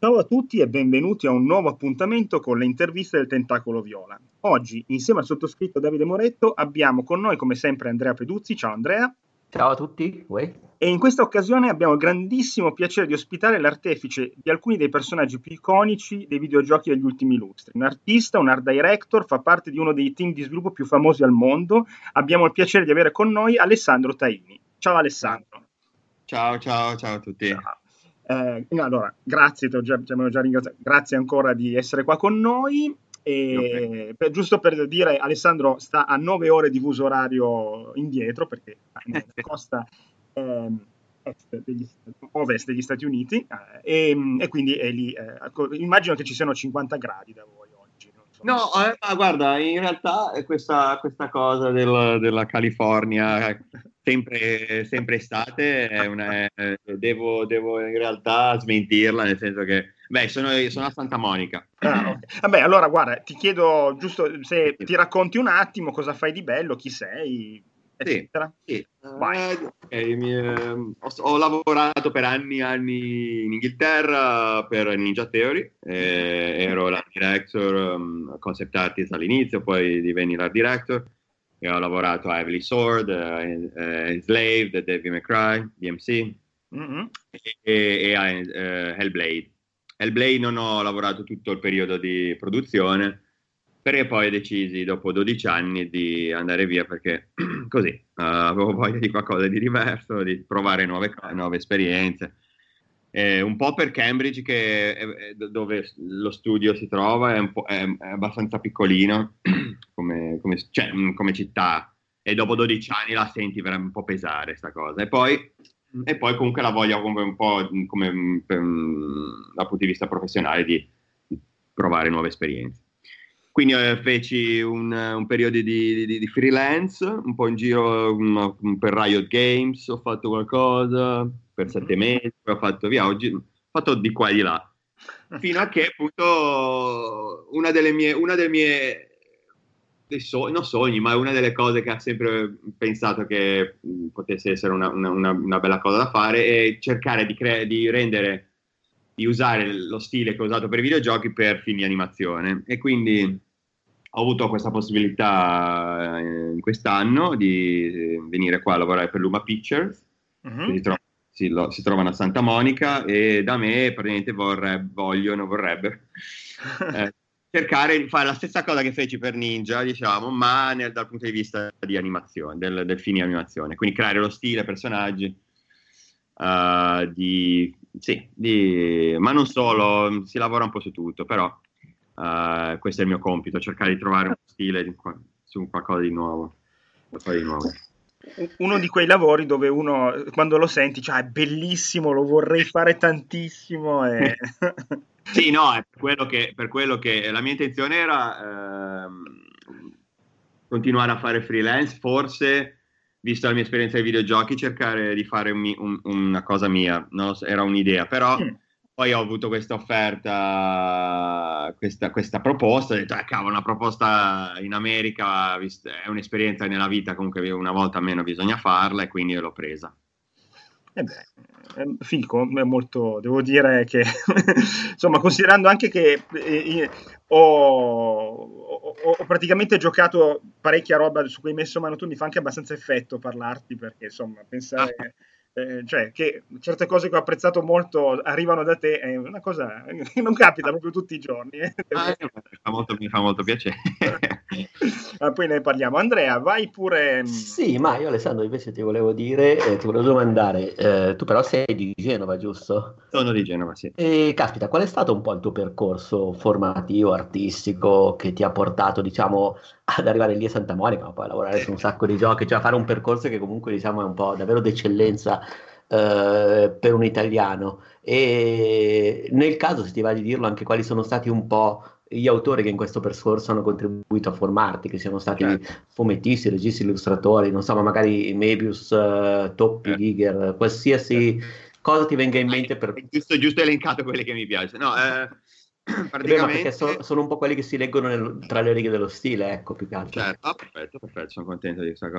Ciao a tutti e benvenuti a un nuovo appuntamento con le interviste del Tentacolo Viola. Oggi, insieme al sottoscritto Davide Moretto, abbiamo con noi come sempre Andrea Peduzzi. Ciao Andrea. Ciao a tutti, E in questa occasione abbiamo il grandissimo piacere di ospitare l'artefice di alcuni dei personaggi più iconici dei videogiochi degli ultimi lustri. Un artista, un art director, fa parte di uno dei team di sviluppo più famosi al mondo. Abbiamo il piacere di avere con noi Alessandro Taini. Ciao Alessandro. Ciao a tutti. Ciao. Allora, grazie, ti abbiamo già ringraziato, grazie ancora di essere qua con noi. Giusto per dire, Alessandro sta a 9 ore di fuso orario indietro perché nella costa ovest degli Stati Uniti e quindi è lì. Immagino che ci siano 50 gradi da voi oggi. Non so. No, ma guarda, in realtà questa cosa della California, sempre estate, devo in realtà smentirla, nel senso che sono a Santa Monica. Okay. Vabbè, allora guarda, ti chiedo giusto se ti racconti un attimo cosa fai di bello, chi sei, eccetera. Sì. Ho lavorato per anni in Inghilterra per Ninja Theory, ero l'art director, concept artist all'inizio, poi divenni l'art director. E ho lavorato a Heavily Sword, Enslaved, Devil May Cry, DMC e a Hellblade. Hellblade non ho lavorato tutto il periodo di produzione, perché poi decisi dopo 12 anni di andare via perché così avevo voglia di qualcosa di diverso, di provare nuove esperienze. Un po' per Cambridge, dove lo studio si trova, è abbastanza piccolino come città, e dopo 12 anni la senti veramente un po' pesare sta cosa, e poi comunque la voglia un po' dal punto di vista professionale di provare nuove esperienze. Quindi feci un periodo di freelance, un po' in giro per Riot Games, ho fatto qualcosa per 7 mesi, poi ho fatto viaggi, ho fatto di qua e di là, fino a che appunto una delle mie non sogni, ma una delle cose che ha sempre pensato che potesse essere una bella cosa da fare è cercare di usare lo stile che ho usato per i videogiochi per film di animazione, e quindi ho avuto questa possibilità in quest'anno di venire qua a lavorare per Luma Pictures, che si trovano a Santa Monica, e da me praticamente vorrebbero cercare di fare la stessa cosa che feci per Ninja, diciamo, ma dal punto di vista di animazione, del film di animazione, quindi creare lo stile, personaggi, ma non solo, si lavora un po' su tutto, però questo è il mio compito, cercare di trovare uno stile su qualcosa di nuovo. Uno di quei lavori dove uno, quando lo senti, è bellissimo, lo vorrei fare tantissimo. Sì, no, è per quello che la mia intenzione era continuare a fare freelance, forse, vista la mia esperienza ai videogiochi, cercare di fare una cosa mia, no? Era un'idea, però poi ho avuto questa offerta, questa proposta, ho detto, cavolo, una proposta in America è un'esperienza nella vita, comunque una volta almeno bisogna farla, e quindi l'ho presa. Fico, è molto, devo dire che insomma, considerando anche che ho praticamente giocato parecchia roba su cui hai messo mano tu, mi fa anche abbastanza effetto parlarti, perché insomma pensare che certe cose che ho apprezzato molto arrivano da te è una cosa che non capita proprio tutti i giorni. Mi fa molto piacere. Poi ne parliamo. Andrea, vai pure. Sì, ma io Alessandro invece ti volevo dire, ti volevo domandare, tu però sei di Genova, giusto? Sono di Genova, sì. E caspita, qual è stato un po' il tuo percorso formativo, artistico, che ti ha portato, diciamo, ad arrivare lì a Santa Monica, ma poi a lavorare su un sacco di giochi, cioè a fare un percorso che comunque, diciamo, è un po' davvero d'eccellenza per un italiano? E nel caso, se ti va di dirlo, anche quali sono stati un po' gli autori che in questo percorso hanno contribuito a formarti, che siano stati fumettisti, registi, illustratori, non so, ma magari Mebius, Toppi, Giger, qualsiasi cosa ti venga in mente. Giusto elencato quelli che mi piacciono. No, praticamente perché sono un po' quelli che si leggono tra le righe dello stile, ecco, più che altro. Certo, perfetto, sono contento di questa cosa.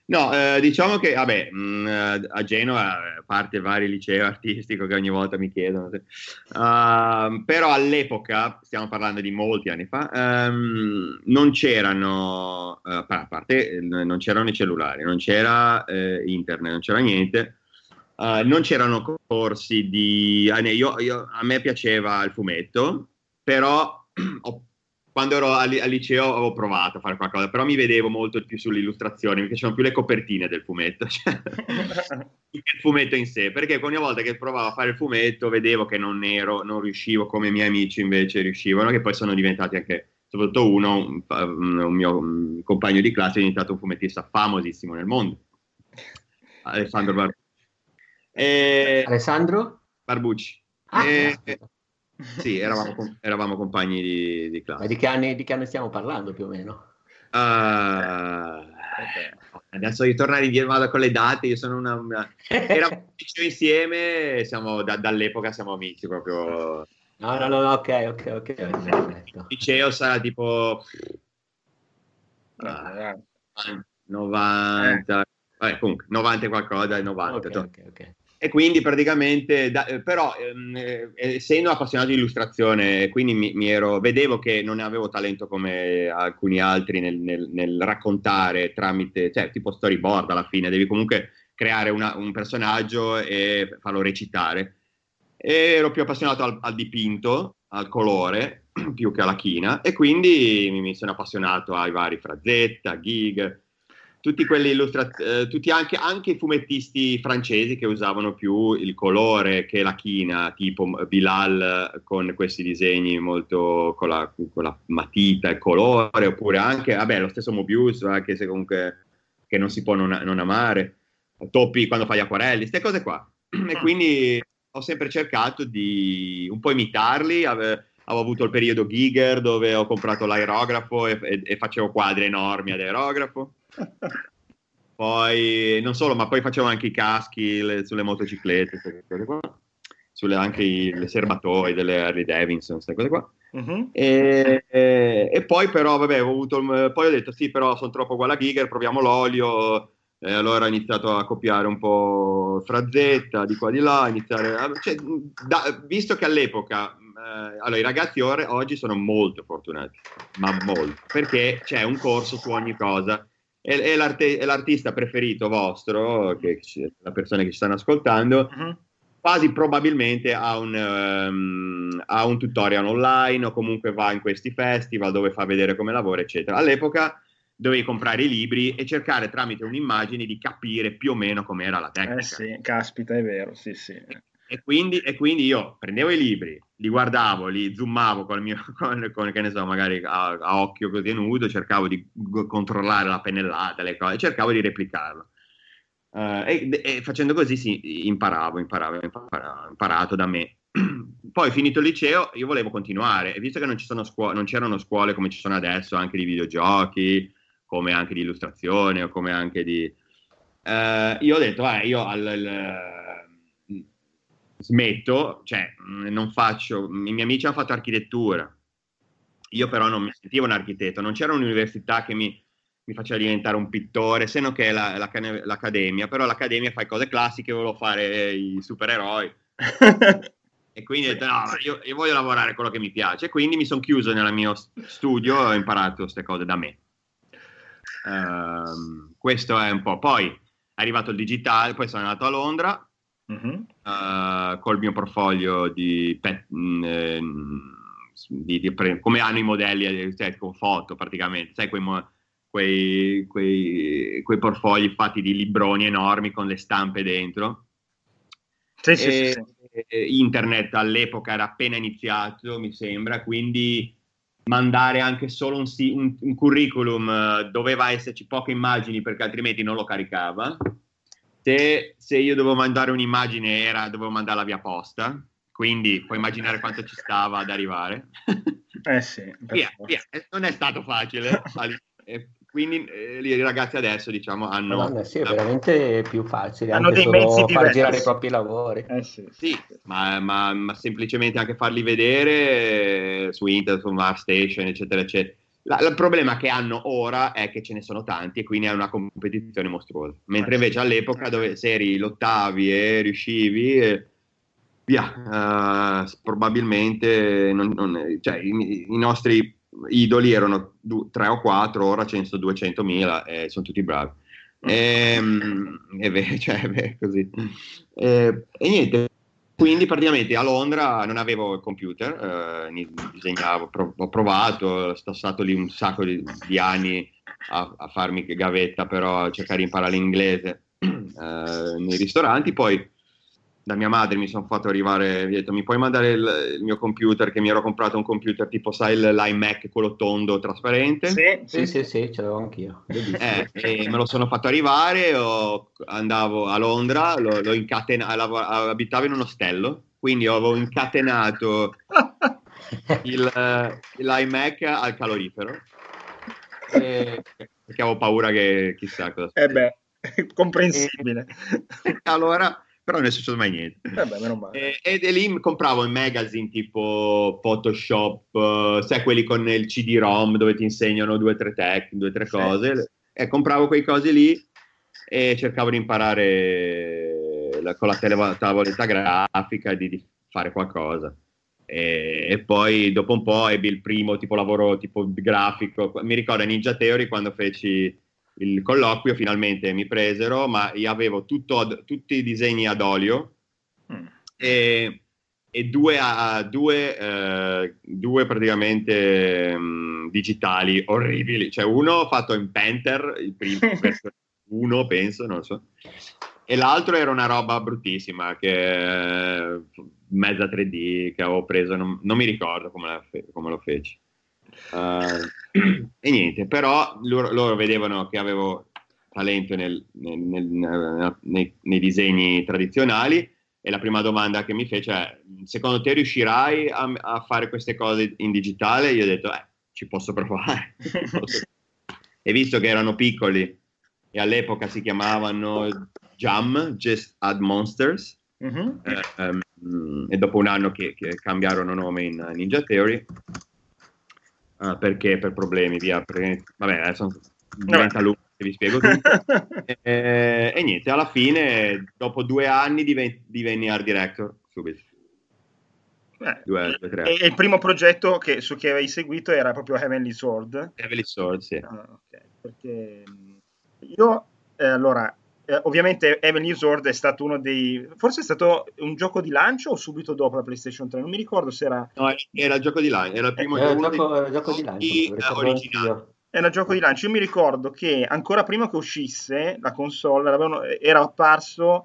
No, diciamo che, vabbè, a Genova, a parte il vario liceo artistico che ogni volta mi chiedono, però all'epoca, stiamo parlando di molti anni fa, non c'erano, a parte, non c'erano i cellulari, non c'era internet, non c'era niente, non c'erano corsi di... a me piaceva il fumetto, però quando ero al liceo avevo provato a fare qualcosa, però mi vedevo molto più sulle illustrazioni, mi piacevano più le copertine del fumetto, cioè, il fumetto in sé, perché ogni volta che provavo a fare il fumetto vedevo che non riuscivo come i miei amici invece riuscivano, che poi sono diventati anche, soprattutto un mio compagno di classe è diventato un fumettista famosissimo nel mondo, Alessandro Barbucci. Alessandro? Barbucci. Sì, eravamo compagni di classe. Ma di che anni stiamo parlando più o meno? Adesso io tornare indietro, vado con le date, io sono eravamo insieme, dall'epoca siamo amici proprio. No, ok. Il liceo sarà tipo 90, vabbè, comunque 90 e qualcosa, 90. Ok. E quindi praticamente, però essendo appassionato di illustrazione, quindi vedevo che non avevo talento come alcuni altri nel raccontare tramite, cioè tipo storyboard alla fine, devi comunque creare un personaggio e farlo recitare. E ero più appassionato al dipinto, al colore, più che alla china, e quindi mi sono appassionato ai vari Frazetta, Gig, tutti quelli tutti anche i fumettisti francesi che usavano più il colore che la china, tipo Bilal con questi disegni molto con la matita e colore, oppure anche, vabbè, lo stesso Mobius, anche se comunque che non si può non amare, Toppi quando fa gli acquarelli, queste cose qua. E quindi ho sempre cercato di un po' imitarli, avevo avuto il periodo Giger dove ho comprato l'aerografo e facevo quadri enormi ad aerografo. Poi non solo, ma poi facevo anche i caschi sulle motociclette, anche le serbatoi delle Harley Davidson, queste cose qua. Uh-huh. E poi però vabbè poi ho detto sì, però sono troppo uguale a Giger, proviamo l'olio, allora ho iniziato a copiare un po' Frazetta di qua di là, visto che all'epoca allora i ragazzi oggi sono molto fortunati, ma molto, perché c'è un corso su ogni cosa. E l'artista preferito vostro, la persona che ci stanno ascoltando, uh-huh, quasi probabilmente ha un tutorial online o comunque va in questi festival dove fa vedere come lavora, eccetera. All'epoca dovevi comprare i libri e cercare tramite un'immagine di capire più o meno com'era la tecnica. Sì, caspita, è vero, sì. E quindi io prendevo i libri, li guardavo, li zoomavo con che ne so, magari a occhio così nudo, cercavo di controllare la pennellata, le cose, cercavo di replicarlo. E facendo così imparavo, imparato da me. Poi finito il liceo io volevo continuare, e visto che non c'erano scuole come ci sono adesso, anche di videogiochi, come anche di illustrazione, o come anche di... io ho detto, smetto, cioè non faccio, i miei amici hanno fatto architettura, io però non mi sentivo un architetto, non c'era un'università che mi faceva diventare un pittore, se no che è l'accademia, però l'accademia fa cose classiche, volevo fare i supereroi e quindi ho detto no, io voglio lavorare quello che mi piace, e quindi mi sono chiuso nel mio studio e ho imparato queste cose da me. Questo è un po', poi è arrivato il digitale, poi sono andato a Londra. Uh-huh. Col mio portfolio come hanno i modelli, con foto praticamente, sai, quei portfogli fatti di libroni enormi con le stampe dentro. Sì. Internet all'epoca era appena iniziato, mi sembra, quindi mandare anche solo un curriculum doveva esserci poche immagini perché altrimenti non lo caricava. Se io dovevo mandare un'immagine dovevo mandarla via posta, quindi puoi immaginare quanto ci stava ad arrivare. Sì. Via. Non è stato facile. Quindi i ragazzi adesso, diciamo, hanno... Madonna, sì, è veramente più facile, hanno anche dei mezzi solo far diversi. girare i propri lavori. Sì, ma semplicemente anche farli vedere su internet, su ArtStation, eccetera, eccetera. Il problema che hanno ora è che ce ne sono tanti e quindi è una competizione mostruosa. Mentre invece all'epoca dove se eri lottavi e riuscivi, via, probabilmente cioè, i nostri idoli erano 3 o 4, ora ce ne sono 200.000 e sono tutti bravi. Così. E niente. Quindi praticamente a Londra non avevo il computer, disegnavo, ho provato, sono stato lì un sacco di anni a farmi gavetta, però a cercare di imparare l'inglese nei ristoranti. Poi da mia madre mi sono fatto arrivare, mi ha detto: mi puoi mandare il mio computer, che mi ero comprato un computer tipo, sai, l'iMac, quello tondo trasparente? Sì, ce l'avevo anch'io. E me lo sono fatto arrivare, andavo a Londra, l'ho incatenato, abitavo in un ostello, quindi avevo incatenato l'iMac al calorifero, perché avevo paura che chissà cosa comprensibile. Allora, però non è successo mai niente. Meno male. E lì compravo i magazine tipo Photoshop, sai, quelli con il CD-ROM dove ti insegnano 2 o 3 cose, e compravo quei cosi lì e cercavo di imparare con la tavoletta grafica di fare qualcosa. E poi dopo un po' ebbi il primo tipo lavoro tipo grafico. Mi ricordo a Ninja Theory, quando feci il colloquio, finalmente mi presero, ma io avevo tutti i disegni ad olio e due praticamente digitali orribili, cioè uno fatto in Painter, il primo verso 1 penso, non lo so, e l'altro era una roba bruttissima, che mezza 3D che avevo preso, non mi ricordo come lo feci. E niente, però loro vedevano che avevo talento nei disegni tradizionali, e la prima domanda che mi fece è: secondo te riuscirai a fare queste cose in digitale? Io ho detto ci posso provare. E visto che erano piccoli e all'epoca si chiamavano Jam, Just Add Monsters, e dopo un anno che cambiarono nome in Ninja Theory, perché per problemi, vabbè, adesso diventa lungo, vi spiego tutto. E niente, alla fine dopo 2 anni divenni art director subito. 2 3 anni. E il primo progetto su che avevi seguito era proprio Heavenly Sword? Heavenly Sword, sì. Ok, perché io allora ovviamente Heavenly Sword è stato forse è stato un gioco di lancio o subito dopo la PlayStation 3, non mi ricordo se era... No, era il gioco di lancio, era il primo gioco di lancio originale. Era il gioco di lancio. Io mi ricordo che ancora prima che uscisse la console era apparso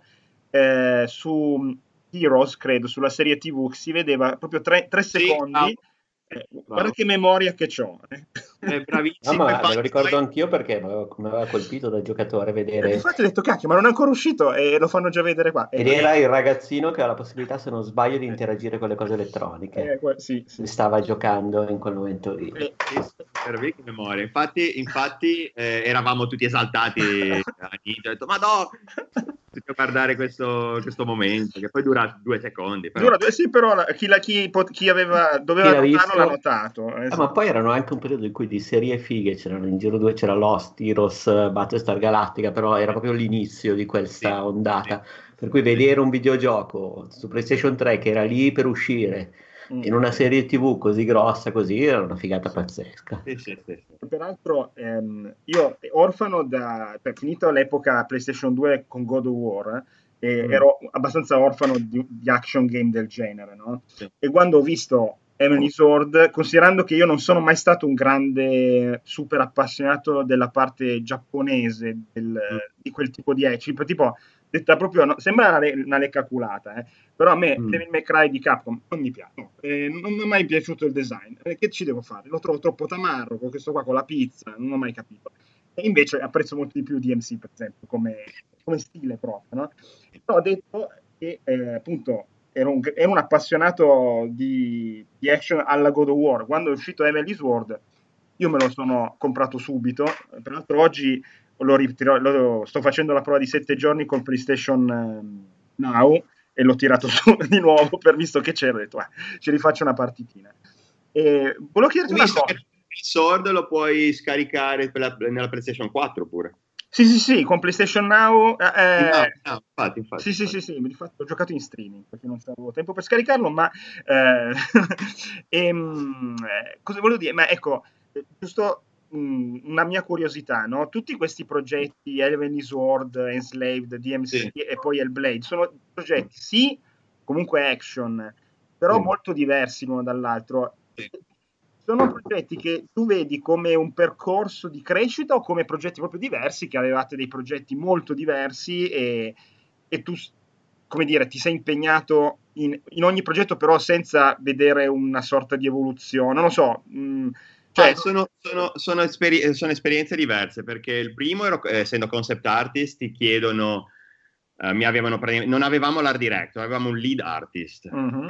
su Heroes, credo, sulla serie TV, che si vedeva proprio 3 secondi. Guarda che memoria che c'ho. È bravissimo. Me lo ricordo anch'io, perché mi aveva colpito da giocatore vedere. Infatti ho detto: cacchio, ma non è ancora uscito e lo fanno già vedere qua. Ed era il ragazzino che ha la possibilità, se non sbaglio, di interagire con le cose electroniche. Sì. Stava giocando in quel momento lì. Che memoria. Infatti eravamo tutti esaltati a Ninja. Ho detto: ma no, devo guardare questo momento, che poi dura 2 secondi. Dura 2, sì, però chi doveva notarlo l'ha notato. Ma poi erano anche un periodo in cui di serie fighe c'erano in giro 2, c'era Lost, Heroes, Battlestar Galactica, però era proprio l'inizio di questa ondata. Per cui vedere un videogioco su PlayStation 3 che era lì per uscire in una serie TV così grossa così era una figata pazzesca. Sì. Peraltro io orfano finito l'epoca PlayStation 2 con God of War, ero abbastanza orfano di action game del genere, no? Sì. E quando ho visto Heavenly Sword, considerando che io non sono mai stato un grande super appassionato della parte giapponese di quel tipo di action, tipo detta proprio, no, sembra una lecca culata, però a me Devil May Cry di Capcom non mi piace, non mi è mai piaciuto il design, che ci devo fare? Lo trovo troppo tamarro, con questo qua con la pizza, non ho mai capito. E invece apprezzo molto di più DMC, per esempio, come stile proprio, no? Però ho detto che appunto ero un appassionato di action alla God of War. Quando è uscito Heavenly Sword io me lo sono comprato subito, peraltro oggi sto facendo la prova di 7 giorni col PlayStation Now e l'ho tirato su di nuovo, visto che c'era, ho detto ci rifaccio una partitina. E volevo chiederti una cosa. Sword lo puoi scaricare nella PlayStation 4 pure. Sì, con PlayStation Now. Infatti. Sì, di fatto ho giocato in streaming perché non avevo tempo per scaricarlo, ma cosa volevo dire? Ma ecco, giusto una mia curiosità, no? Tutti questi progetti, Heavenly Sword, Enslaved, DMC e poi Hellblade, sono progetti, sì, comunque action, però molto diversi l'uno dall'altro. Sono progetti che tu vedi come un percorso di crescita o come progetti proprio diversi, che avevate dei progetti molto diversi e tu, come dire, ti sei impegnato in ogni progetto però senza vedere una sorta di evoluzione? Non lo so. Sono esperienze diverse, perché il primo, essendo concept artist, ti chiedono... non avevamo l'art director, avevamo un lead artist.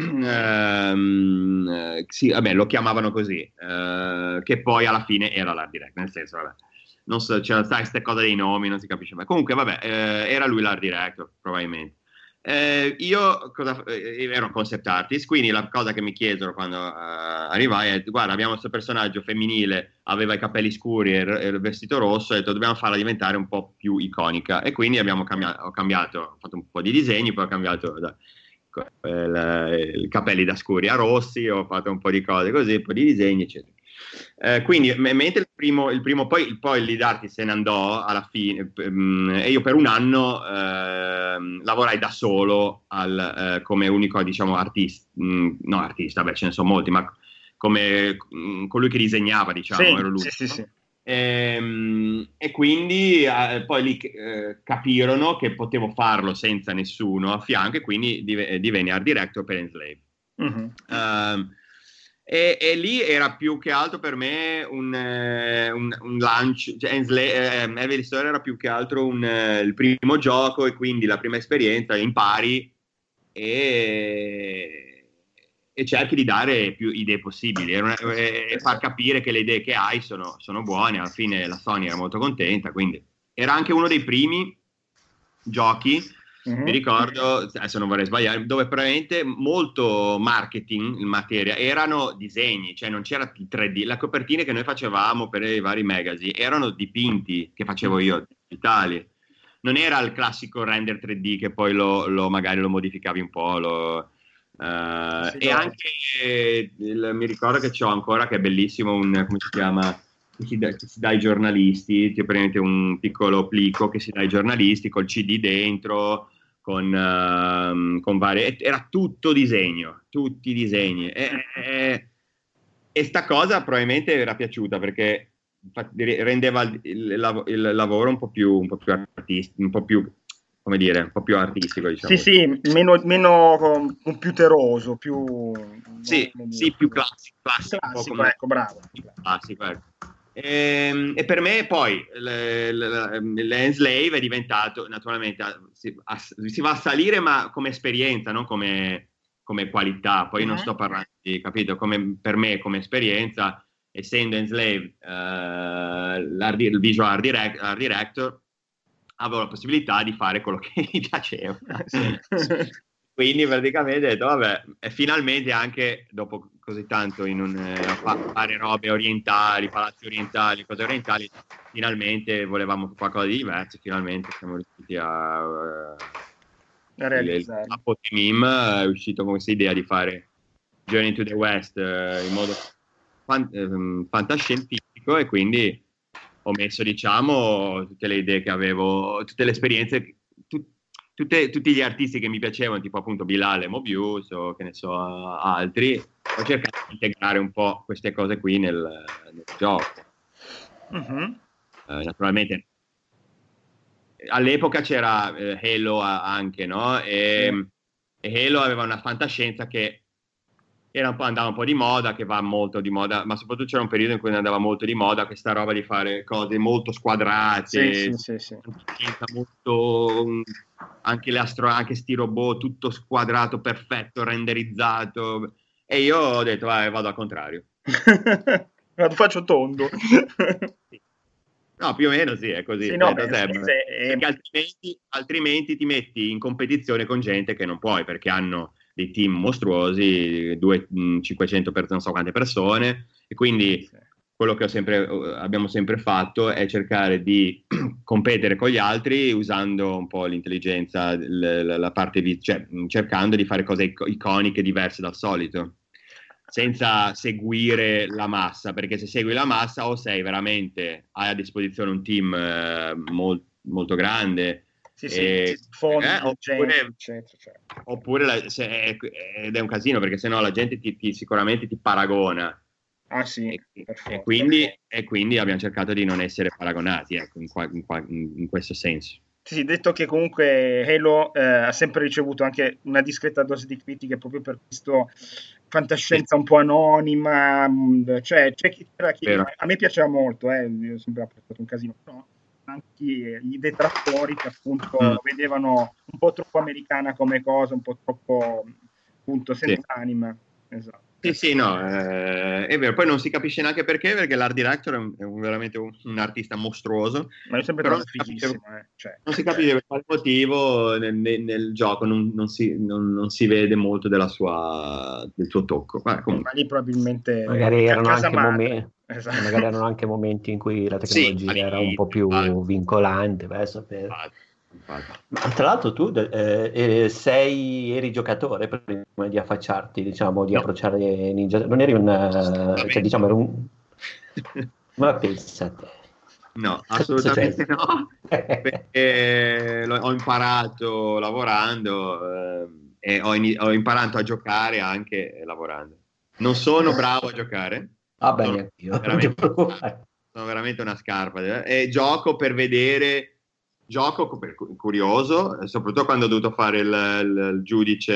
Sì, vabbè, lo chiamavano così, che poi alla fine era l'art director, nel senso, vabbè, non so, c'era queste cose dei nomi, non si capisce mai. Comunque, vabbè, era lui l'art director, probabilmente. Io ero un concept artist, quindi la cosa che mi chiesero quando arrivai è: guarda, abbiamo questo personaggio femminile, aveva i capelli scuri e il vestito rosso, e ho detto dobbiamo farla diventare un po' più iconica, e quindi ho fatto un po' di disegni, poi ho cambiato i capelli da scuri a rossi, ho fatto un po' di cose così, un po' di disegni, eccetera. Quindi mentre il primo poi il lead artist se ne andò alla fine, e io per un anno lavorai da solo come unico, diciamo, artista, beh, ce ne sono molti, ma come colui che disegnava, diciamo, ero lui. Sì. E quindi poi lì capirono che potevo farlo senza nessuno a fianco, e quindi divenni art director per Enslaved. E lì era più che altro per me un launch, cioè Heavenly Sword era più che altro il primo gioco, e quindi la prima esperienza, impari e cerchi di dare più idee possibili e far capire che le idee che hai sono buone. Alla fine la Sony era molto contenta, quindi era anche uno dei primi giochi, mi ricordo, adesso non vorrei sbagliare, dove probabilmente molto marketing in materia erano disegni, cioè non c'era il 3D, le copertine che noi facevamo per i vari magazine erano dipinti che facevo io, digitali, non era il classico render 3D che poi magari lo modificavi un po', e anche mi ricordo che c'ho ancora, che è bellissimo, come si chiama, che si dà ai giornalisti, ti prendete un piccolo plico che si dà ai giornalisti col CD dentro, con varie, era tutto disegno, tutti disegni, e sta cosa probabilmente era piaciuta, perché rendeva il lavoro un po' più artistico, un po' più, come dire, un po' più artistico, diciamo. Sì, meno computeroso, più più classico, ecco, bravo. Classico, ecco. E per me poi l'Enslave è diventato, naturalmente si va a salire, ma come esperienza, non come qualità. Poi non sto parlando di, capito, come per me come esperienza, essendo Enslave il visual art director, avevo la possibilità di fare quello che mi piaceva. Quindi praticamente ho detto vabbè, e finalmente, anche dopo così tanto fare robe orientali, palazzi orientali, cose orientali, finalmente volevamo qualcosa di diverso, finalmente siamo riusciti a realizzare. A Potemim è uscito con questa idea di fare Journey to the West in modo fantascientifico, e quindi ho messo, diciamo, tutte le idee che avevo, tutte le esperienze, tutti gli artisti che mi piacevano, tipo appunto Bilal e Mobius, o che ne so, altri. Ho cercato di integrare un po' queste cose qui nel gioco. Naturalmente all'epoca c'era Halo anche, no? E Halo aveva una fantascienza che andava un po' di moda, che va molto di moda, ma soprattutto c'era un periodo in cui andava molto di moda questa roba di fare cose molto squadrate, sì. molto, anche sti robot tutto squadrato, perfetto, renderizzato, e io ho detto vado al contrario. Faccio tondo. No, più o meno sì, è così. Sì, perché altrimenti ti metti in competizione con gente che non puoi, perché hanno dei team mostruosi, 500 persone, non so quante persone, e quindi quello che abbiamo sempre fatto è cercare di competere con gli altri usando un po' l'intelligenza, la parte cioè cercando di fare cose iconiche diverse dal solito, senza seguire la massa, perché se segui la massa o hai a disposizione un team molto grande, fondi, oppure ed è un casino, perché sennò la gente sicuramente ti paragona. Ah sì, e quindi abbiamo cercato di non essere paragonati, ecco, in questo senso. Sì, detto che comunque Halo ha sempre ricevuto anche una discreta dose di critiche proprio per questo fantascienza un po' anonima, cioè a me piaceva molto, io ho sempre apprezzato un casino, però anche i detrattori che appunto vedevano un po' troppo americana come cosa, un po' troppo appunto senza anima. Esatto. Sì, no, è vero. Poi non si capisce neanche perché l'art director è veramente un artista mostruoso. Ma io sempre trovato fighissimo. Non si capisce per quale motivo nel gioco non si vede molto del suo tocco. Ma lì probabilmente magari erano anche momenti in cui la tecnologia era un po' più vincolante, vai a sapere. Ma tra l'altro tu eri giocatore prima di affacciarti, diciamo, di approcciare Ninja, non eri cioè, diciamo, eri un... Ma pensa a te. No, assolutamente no, perché ho imparato lavorando e ho imparato a giocare anche lavorando. Non sono bravo a giocare. Ah beh, sono veramente una scarpa e gioco per vedere. Gioco curioso, soprattutto quando ho dovuto fare il giudice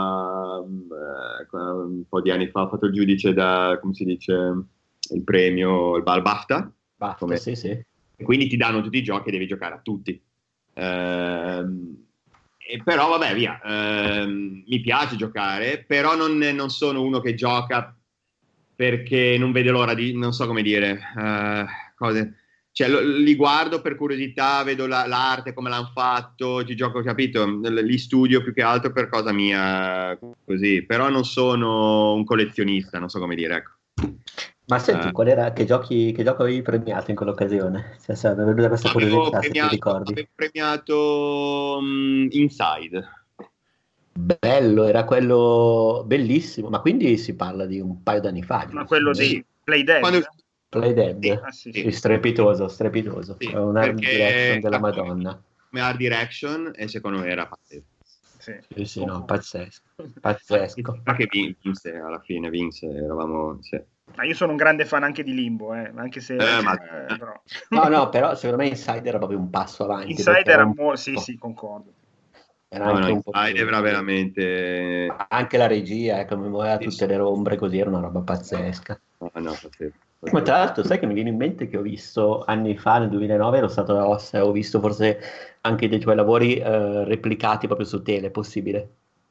un po' di anni fa, ho fatto il giudice come si dice, il premio, il BAFTA. BAFTA, sì. E quindi ti danno tutti i giochi e devi giocare a tutti. Però vabbè, via, mi piace giocare, però non sono uno che gioca perché non vede l'ora di, non so come dire, cose... Cioè, li guardo per curiosità, vedo l'arte, come l'hanno fatto, ci gioco, capito? Li studio più che altro per cosa mia, così. Però non sono un collezionista, non so come dire, ecco. Ma senti, che gioco avevi premiato in quell'occasione? Cioè, se avevi venuta questa curiosità, se ti ricordi. Avevo premiato Inside. Bello, era quello bellissimo, ma quindi si parla di un paio d'anni fa. Ma quello di Playdead? Playdead, sì. strepitoso. Sì, è un art direction della Madonna. Come art direction, e secondo me era pazzesco. Sì, no, pazzesco. Ma che vinse, alla fine eravamo... Sì. Ma io sono un grande fan anche di Limbo, anche se... però. No, però secondo me Inside era proprio un passo avanti. Inside era sì, concordo. Inside era veramente... Anche la regia, come muoveva tutte le ombre così, era una roba pazzesca. No, pazzesco. Ma tra l'altro sai che mi viene in mente che ho visto anni fa, nel 2009, ero stato ad Aosta e ho visto forse anche dei tuoi lavori replicati proprio su tele, è possibile?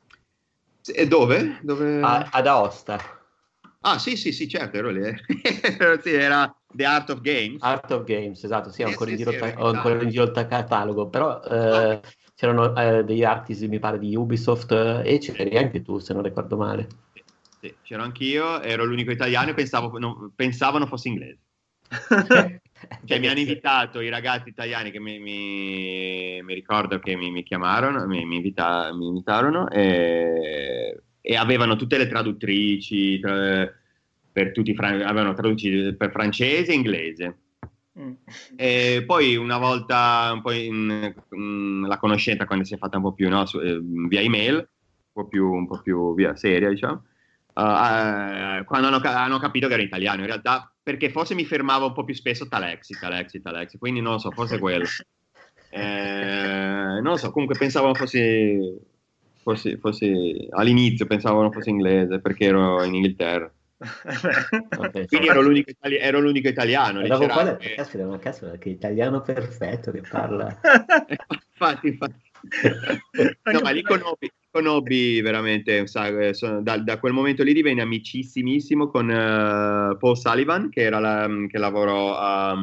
E dove? Ad Aosta. Ah sì, certo, ero lì. Sì, era The Art of Games. Art of Games, esatto, sì, ho ancora in giro il catalogo, però c'erano degli artist, mi pare, di Ubisoft e c'eri anche tu, se non ricordo male. Sì, c'ero anch'io, ero l'unico italiano e pensavano fosse inglese. Cioè mi hanno invitato i ragazzi italiani che mi ricordo che mi chiamarono, mi invitarono e avevano tutte le traduttrici per tutti, avevano tradutto per francese e inglese. E poi una volta un po' la conoscenza, quando si è fatta un po' più via email, un po' più via seria, diciamo. Quando hanno capito che ero italiano, in realtà, perché forse mi fermavo un po' più spesso Talexi, quindi non lo so, forse quello. Non lo so, comunque pensavo fossi all'inizio pensavo fosse inglese perché ero in Inghilterra. Quindi ero l'unico italiano. Caspita, che italiano perfetto che parla. Infatti. No, ma lì conobbi veramente da quel momento lì divenne amicissimissimo con Paul Sullivan, che era che lavorò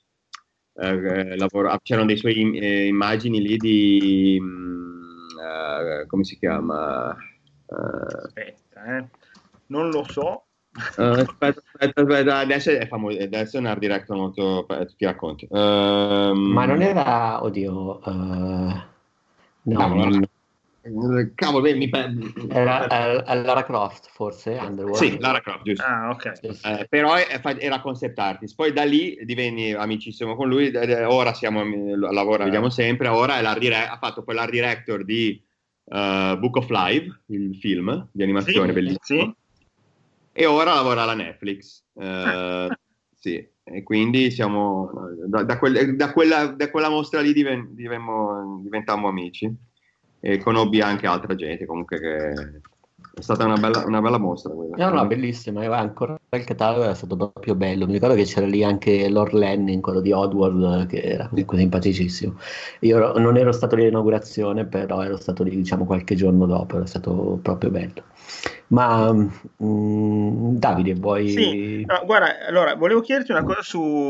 c'erano dei suoi immagini lì di come si chiama? Aspetta, non lo so. Aspetta, adesso è famoso, adesso è un art director molto, ti racconto. Ma non era, oddio, no, Cavolo, era Lara Croft forse, sì, Underworld. Lara Croft, giusto. Ah, ok. Sì, sì. Però era concept artist, poi da lì divenni amicissimo con lui, ora lavora, vediamo sempre, ora è ha fatto poi l'art director di Book of Life, il film di animazione bellissimo, Sì. e ora lavora alla Netflix. Sì, e quindi siamo da quella mostra lì diventammo amici e conobbi anche altra gente, comunque che è stata una bella mostra quella. No, bellissima, e ancora il catalogo era stato proprio bello. Mi ricordo che c'era lì anche Lord Lanning, quello di Oddworld, che era comunque simpaticissimo. Io non ero stato lì all'inaugurazione, però ero stato lì, diciamo, qualche giorno dopo, era stato proprio bello. Ma Davide, vuoi... Sì, no, guarda, allora volevo chiederti una cosa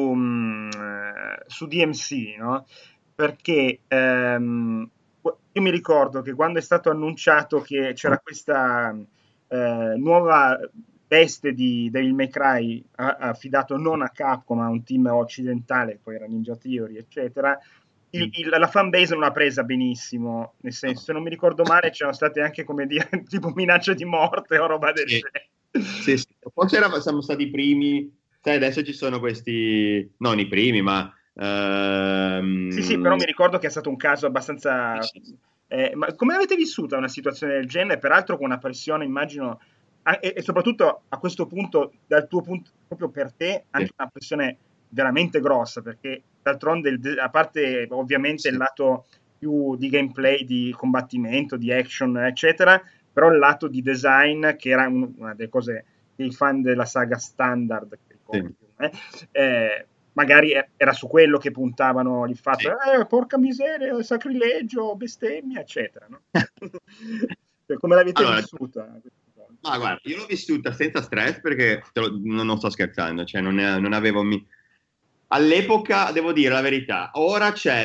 su DMC, no? Perché io mi ricordo che quando è stato annunciato che c'era questa nuova veste di Devil May Cry affidato non a Capcom ma a un team occidentale, poi era Ninja Theory, eccetera, la fanbase non l'ha presa benissimo, nel senso, se non mi ricordo male, c'erano state anche, come dire, tipo minacce di morte o roba del genere. Sì, sì. Forse siamo stati i primi, sai, adesso ci sono questi, non i primi, ma... Sì, però mi ricordo che è stato un caso abbastanza... Sì. Ma come avete vissuta una situazione del genere? Peraltro con una pressione, immagino, e soprattutto a questo punto, dal tuo punto, proprio per te, anche Sì. una pressione veramente grossa, perché d'altronde, a parte ovviamente il lato più di gameplay, di combattimento, di action, eccetera, però il lato di design, che era una delle cose che i fan della saga standard, che ricordo, magari era su quello che puntavano il fatto, porca miseria, sacrilegio, bestemmia, eccetera. No? Come l'avete vissuta? Ma guarda, io l'ho vissuta senza stress perché non sto scherzando, cioè non avevo... All'epoca, devo dire la verità, ora c'è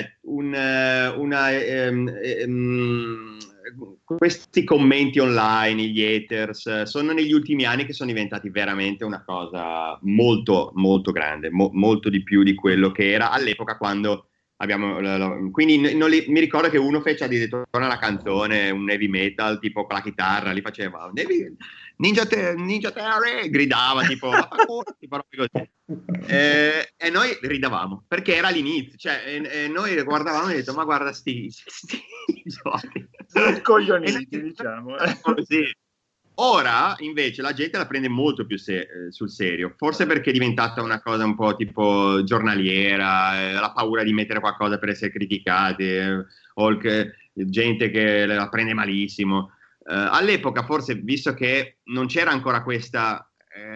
questi commenti online, gli haters, sono negli ultimi anni che sono diventati veramente una cosa molto, molto grande, molto di più di quello che era all'epoca quando abbiamo... Quindi mi ricordo che uno fece addirittura una canzone, un heavy metal, tipo con la chitarra, li faceva... Ninja Theory, gridava tipo, tipo così. E noi ridavamo perché era l'inizio, cioè noi guardavamo e abbiamo detto ma guarda sti giochi coglioniti, diciamo. Così. Ora invece la gente la prende molto più sul serio, forse perché è diventata una cosa un po' tipo giornaliera, la paura di mettere qualcosa per essere criticati, o gente che la prende malissimo. All'epoca forse, visto che non c'era ancora questa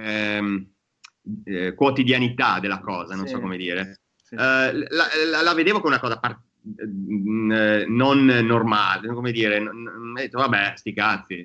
quotidianità della cosa, non so come dire, la vedevo come una cosa non normale, come dire, ho detto vabbè, sti cazzi.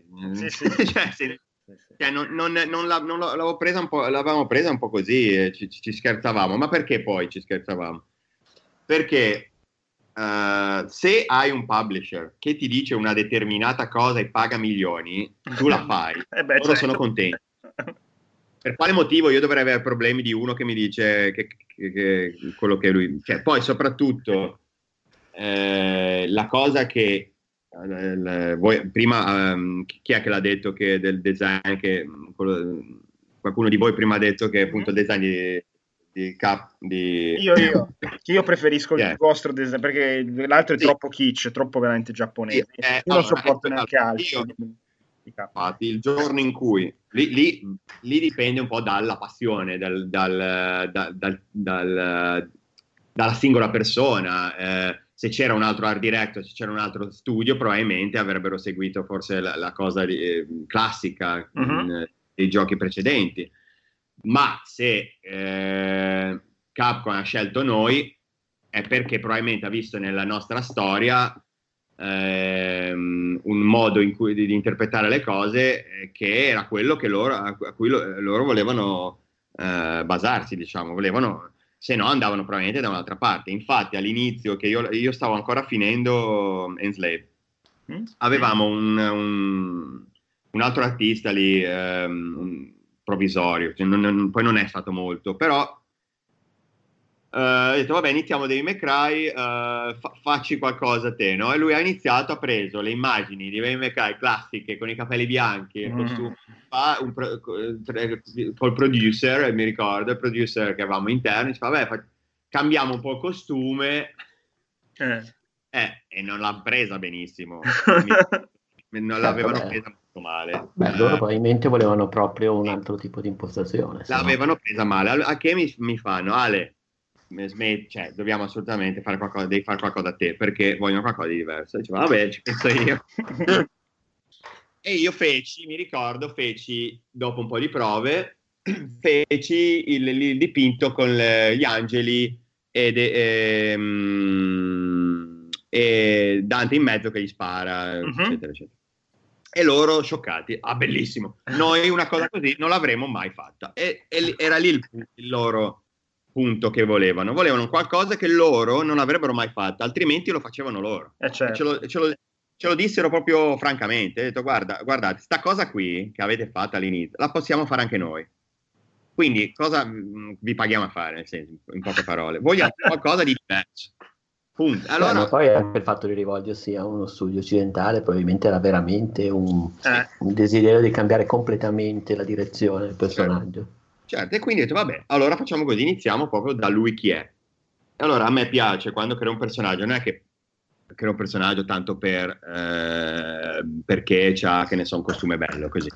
Cioè, l'avevamo presa un po' così, ci scherzavamo, ma perché poi ci scherzavamo? Perché se hai un publisher che ti dice una determinata cosa e paga milioni, tu la fai, loro sono contenti. Per quale motivo io dovrei avere problemi di uno che mi dice che quello che lui... Cioè, poi soprattutto la cosa che voi, prima chi è che l'ha detto che del design che qualcuno di voi prima ha detto che appunto il design io preferisco il vostro design perché l'altro è troppo kitsch, troppo veramente giapponese. Io non sopporto neanche altro. Infatti, il giorno in cui lì dipende un po' dalla passione, dalla singola persona. Se c'era un altro art director, se c'era un altro studio, probabilmente avrebbero seguito forse la cosa classica dei giochi precedenti. Ma se Capcom ha scelto noi è perché probabilmente ha visto nella nostra storia un modo di interpretare le cose che era quello che a cui loro volevano basarsi, diciamo, se no andavano probabilmente da un'altra parte. Infatti all'inizio che io stavo ancora finendo Enslaved, avevamo un altro artista lì, provvisorio, cioè poi non è stato molto, però ho detto vabbè, iniziamo Devil May Cry, facci qualcosa te, no? E lui ha iniziato, ha preso le immagini di Devil May Cry classiche con i capelli bianchi, il costume, col producer, mi ricordo, il producer che avevamo interno, dice vabbè, cambiamo un po' il costume, e non l'ha presa benissimo, non l'avevano presa molto male. Beh, loro probabilmente volevano proprio un altro tipo di impostazione. L'avevano presa male. A che mi fanno? Ale, cioè, dobbiamo assolutamente fare qualcosa, devi fare qualcosa a te, perché vogliono qualcosa di diverso. Dicevo, vabbè, ci penso io. E io feci, dopo un po' di prove, feci il dipinto con gli angeli e Dante in mezzo che gli spara, eccetera, eccetera. E loro scioccati, bellissimo, noi una cosa così non l'avremmo mai fatta. E era lì il loro punto che volevano qualcosa che loro non avrebbero mai fatto, altrimenti lo facevano loro. Certo. Ce lo dissero proprio francamente, ho detto guardate, sta cosa qui che avete fatto all'inizio, la possiamo fare anche noi. Quindi cosa vi paghiamo a fare, nel senso, in poche parole? Vogliamo qualcosa di diverso. Punto. Allora, ma poi anche il fatto di rivolgersi a uno studio occidentale probabilmente era veramente un desiderio di cambiare completamente la direzione del personaggio. Certo, e quindi ho detto vabbè, allora facciamo così, iniziamo proprio da lui chi è. E allora a me piace quando creo un personaggio, non è che creo un personaggio tanto perché c'ha, che ne so, un costume bello, così.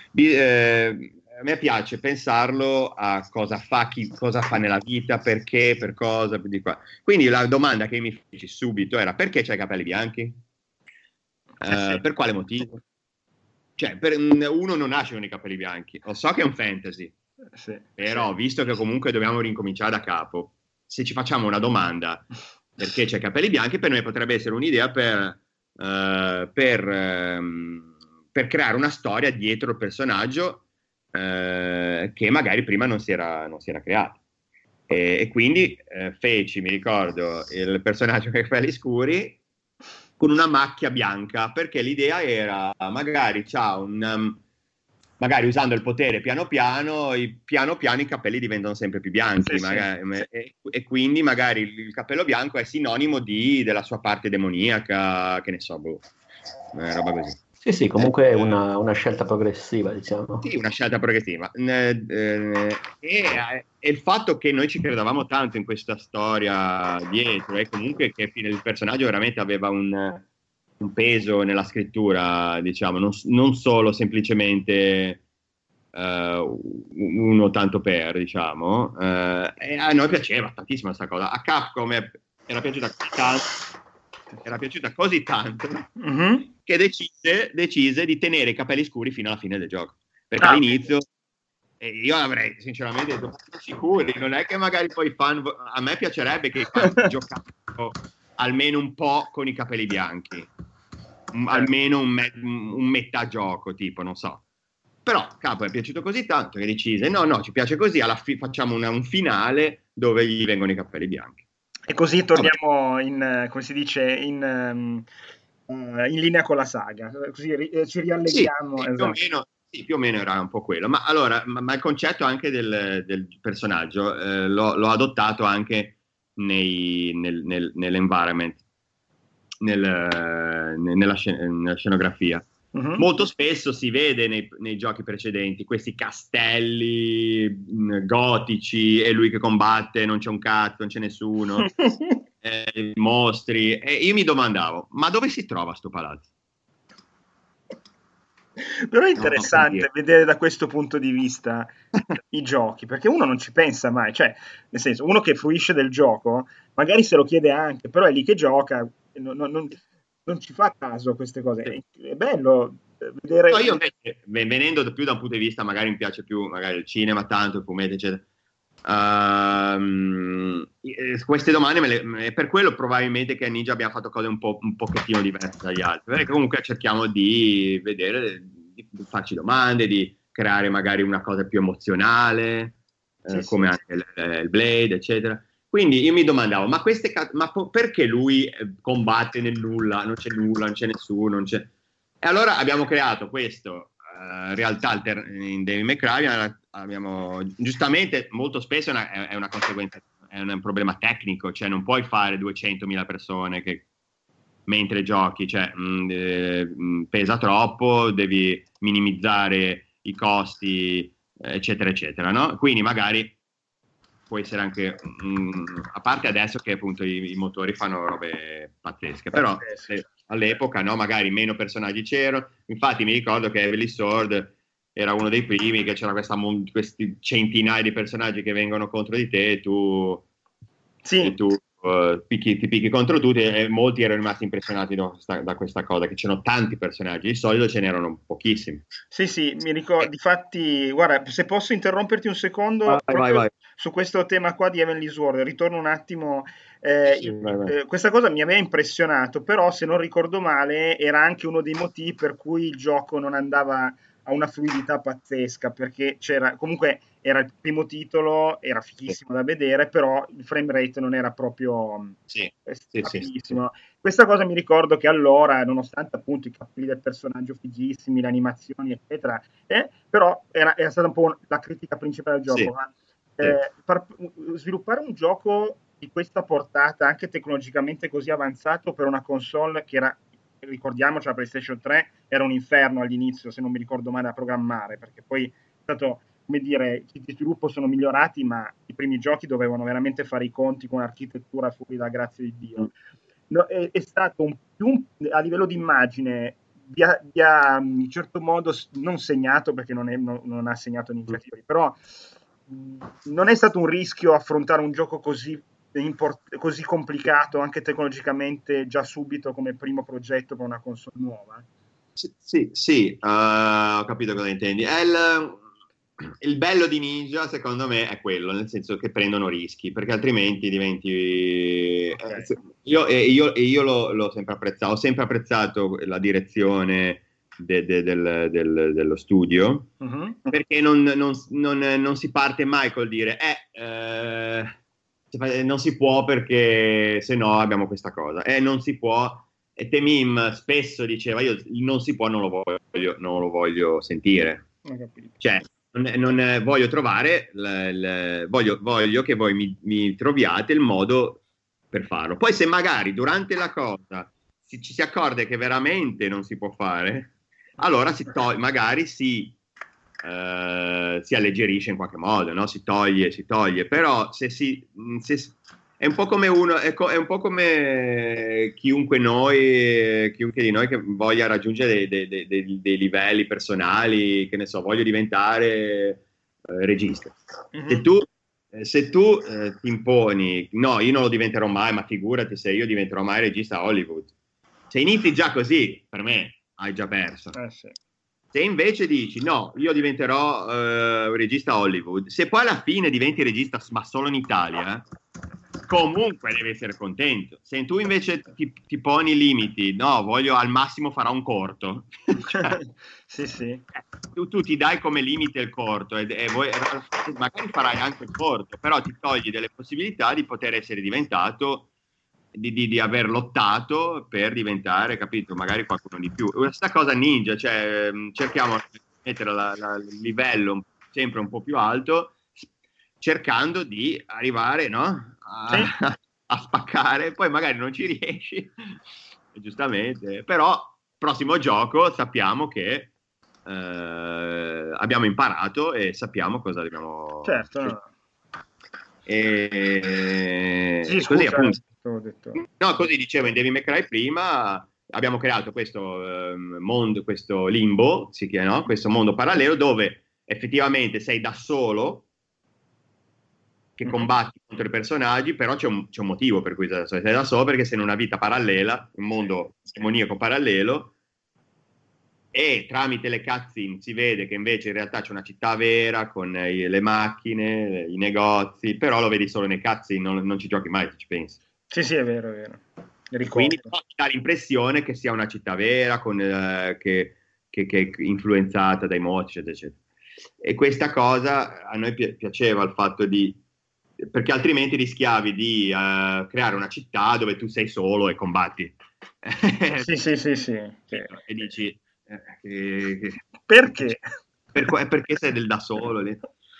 A me piace pensarlo a cosa fa nella vita, perché, per cosa, di qua. Quindi la domanda che mi feci subito era: perché c'hai i capelli bianchi? Per quale motivo? Cioè, uno non nasce con i capelli bianchi. Lo so che è un fantasy, però visto che comunque dobbiamo rincominciare da capo, se ci facciamo una domanda perché c'hai i capelli bianchi, per noi potrebbe essere un'idea per creare una storia dietro il personaggio che magari prima non si era creato, e quindi feci, mi ricordo, il personaggio con i capelli scuri con una macchia bianca, perché l'idea era magari magari usando il potere piano piano i capelli diventano sempre più bianchi, e quindi magari il capello bianco è sinonimo della sua parte demoniaca, che ne so, roba così. Sì, comunque è una scelta progressiva, diciamo. Sì, una scelta progressiva. E il fatto che noi ci credevamo tanto in questa storia dietro, e comunque che il personaggio veramente aveva un peso nella scrittura, diciamo, non solo semplicemente uno tanto per, diciamo, e a noi piaceva tantissimo questa cosa. A Capcom era piaciuta così tanto che decise di tenere i capelli scuri fino alla fine del gioco, perché all'inizio io avrei sinceramente detto sicuri, non è che magari poi i fan, a me piacerebbe che i fan giocassero almeno un po' con i capelli bianchi, almeno un metà gioco, tipo, non so. Però Capo è piaciuto così tanto che decise no, ci piace così, facciamo un finale dove gli vengono i capelli bianchi. E così torniamo come si dice, in linea con la saga, così ci rialleghiamo. Sì, più o meno era un po' quello. Ma allora, ma il concetto anche del personaggio l'ho adottato anche nell'environment, nella scenografia. Molto spesso si vede nei giochi precedenti questi castelli gotici e lui che combatte, non c'è un cazzo, non c'è nessuno, mostri, e io mi domandavo, ma dove si trova sto palazzo? Però è interessante vedere da questo punto di vista i giochi, perché uno non ci pensa mai, cioè, nel senso, uno che fruisce del gioco magari se lo chiede anche, però è lì che gioca, non ci fa caso a queste cose. È bello vedere. No, io invece, venendo più da un punto di vista, magari mi piace più magari il cinema, tanto il fumetto, eccetera. Queste domande per quello probabilmente che a Ninja abbiamo fatto cose un pochettino diverse dagli altri, perché comunque cerchiamo di vedere, di farci domande, di creare magari una cosa più emozionale, come anche il Blade, eccetera. Quindi io mi domandavo, ma perché lui combatte nel nulla, non c'è nulla, non c'è nessuno, E allora abbiamo creato questo realtà in Devil May Cry, giustamente molto spesso è una conseguenza, è un problema tecnico, cioè non puoi fare 200.000 persone che mentre giochi, cioè pesa troppo, devi minimizzare i costi, eccetera eccetera, no? Quindi magari può essere anche a parte adesso che appunto i motori fanno robe pazzesche, però all'epoca, no, magari meno personaggi c'erano. Infatti mi ricordo che Heavenly Sword era uno dei primi, che c'era questi centinaia di personaggi che vengono contro di te e tu ti picchi contro tutti, e molti erano rimasti impressionati da questa cosa, che c'erano tanti personaggi. Di solito ce n'erano pochissimi. Sì, mi ricordo. Difatti, guarda, se posso interromperti un secondo, vai. Su questo tema qua di Heavenly Sword, ritorno un attimo. Vai. Questa cosa mi aveva impressionato, però se non ricordo male era anche uno dei motivi per cui il gioco non andava a una fluidità pazzesca, perché comunque era il primo titolo, era fighissimo da vedere, però il frame rate non era proprio stabilissimo. Questa cosa mi ricordo che allora, nonostante appunto i capelli del personaggio fighissimi, le animazioni eccetera, però era stata un po' la critica principale del gioco. Sviluppare un gioco di questa portata, anche tecnologicamente così avanzato, per una console che era, ricordiamoci, la PlayStation 3 era un inferno all'inizio, se non mi ricordo male, da programmare, perché poi è stato, come dire, i siti di sviluppo sono migliorati, ma i primi giochi dovevano veramente fare i conti con un'architettura fuori da grazia di Dio. No, è stato a livello di immagine vi ha in certo modo non segnato, perché non ha segnato iniziative, però non è stato un rischio affrontare un gioco così complicato anche tecnologicamente già subito come primo progetto per una console nuova? Sì, ho capito cosa intendi. Il bello di Ninja, secondo me, è quello, nel senso che prendono rischi, perché altrimenti diventi... Io l'ho sempre apprezzato, ho sempre apprezzato la direzione dello studio, perché non si parte mai col dire non si può perché se no abbiamo questa cosa, non si può. E Temim spesso diceva: io non si può, non lo voglio sentire. Cioè, non voglio trovare voglio che voi mi troviate il modo per farlo. Poi se magari durante la cosa ci si accorge che veramente non si può fare, allora magari si alleggerisce in qualche modo, no? Si toglie, però è un po' come è un po' come chiunque di noi che voglia raggiungere dei livelli personali, che ne so, voglio diventare regista. Se tu ti imponi, no, io non lo diventerò mai, ma figurati se io diventerò mai regista a Hollywood. Se inizi già così, per me hai già perso. Sì. Se invece dici no, io diventerò regista a Hollywood, se poi alla fine diventi regista ma solo in Italia, comunque devi essere contento. Se tu invece ti poni limiti, no, al massimo farò un corto. Sì. Tu ti dai come limite il corto e magari farai anche il corto, però ti togli delle possibilità di poter essere diventato, di aver lottato per diventare, capito, magari qualcuno di più. Questa cosa Ninja, cioè cerchiamo di mettere il livello sempre un po' più alto, cercando di arrivare, no? A spaccare, poi magari non ci riesci, giustamente, però prossimo gioco sappiamo che abbiamo imparato e sappiamo cosa dobbiamo... Certo. Sì, così appunto. No, così dicevo in Devil May Cry prima abbiamo creato questo mondo, questo limbo, si chiama, no? Questo mondo parallelo dove effettivamente sei da solo, che combatti contro i personaggi, però c'è un motivo per cui sei da solo, perché sei in una vita parallela, un mondo demoniaco parallelo, e tramite le cutscene si vede che invece in realtà c'è una città vera con le macchine, i negozi, però lo vedi solo nei cutscene, non ci giochi mai, ci pensi. Sì, è vero. Quindi dà l'impressione che sia una città vera, che è influenzata dai moti, eccetera. E questa cosa a noi piaceva, il fatto perché altrimenti rischiavi di creare una città dove tu sei solo e combatti. Sì. E dici... perché? Perché sei da solo lì?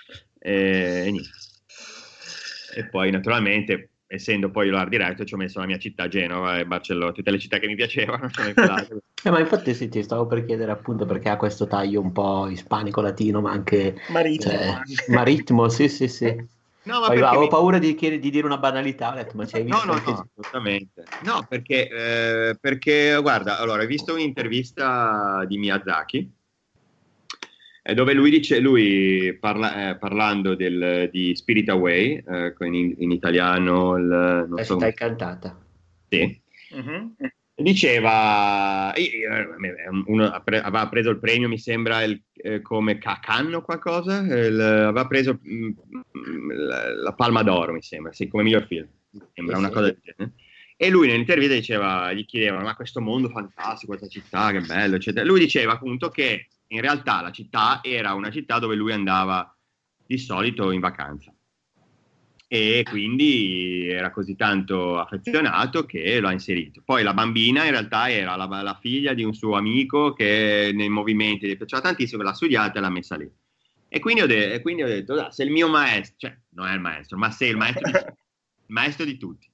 e niente. E poi naturalmente, essendo poi l'art director, ci ho messo la mia città, Genova e Barcellona, tutte le città che mi piacevano. Ma infatti sì, ti stavo per chiedere appunto perché ha questo taglio un po' ispanico-latino, ma anche marittimo, sì. No, ma poi avevo paura di dire una banalità, ho detto, ma c'hai visto? No, assolutamente. No, perché guarda, allora, ho visto un'intervista di Miyazaki, dove lui parlando di Spirit Away, in italiano, non la so città incantata. Sì. Uh-huh. Diceva, uno aveva preso il premio, mi sembra, come Cannes o qualcosa, aveva preso la Palma d'Oro, mi sembra, sì, come miglior film, mi sembra una cosa del genere. E lui nell'intervista gli chiedevano, ma questo mondo fantastico, questa città, che bello, eccetera. Lui diceva appunto che in realtà la città era una città dove lui andava di solito in vacanza. E quindi era così tanto affezionato che lo ha inserito. Poi la bambina in realtà era la figlia di un suo amico che nei movimenti gli piaceva tantissimo, l'ha studiata e l'ha messa lì. E quindi ho detto, se il mio maestro, cioè non è il maestro, ma se il maestro di tutti,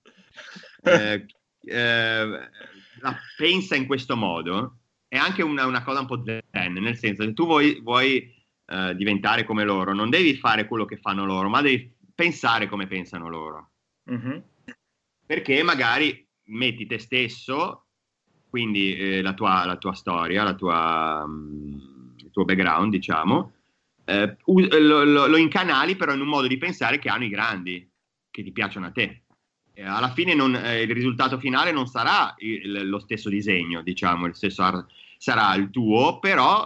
la pensa in questo modo, è anche una cosa un po' zen, nel senso che tu vuoi diventare come loro, non devi fare quello che fanno loro, ma devi pensare come pensano loro. Uh-huh. Perché magari metti te stesso, quindi la tua storia, il tuo background, diciamo, lo incanali però in un modo di pensare che hanno i grandi, che ti piacciono a te. Alla fine il risultato finale non sarà lo stesso disegno, diciamo, il stesso sarà il tuo, però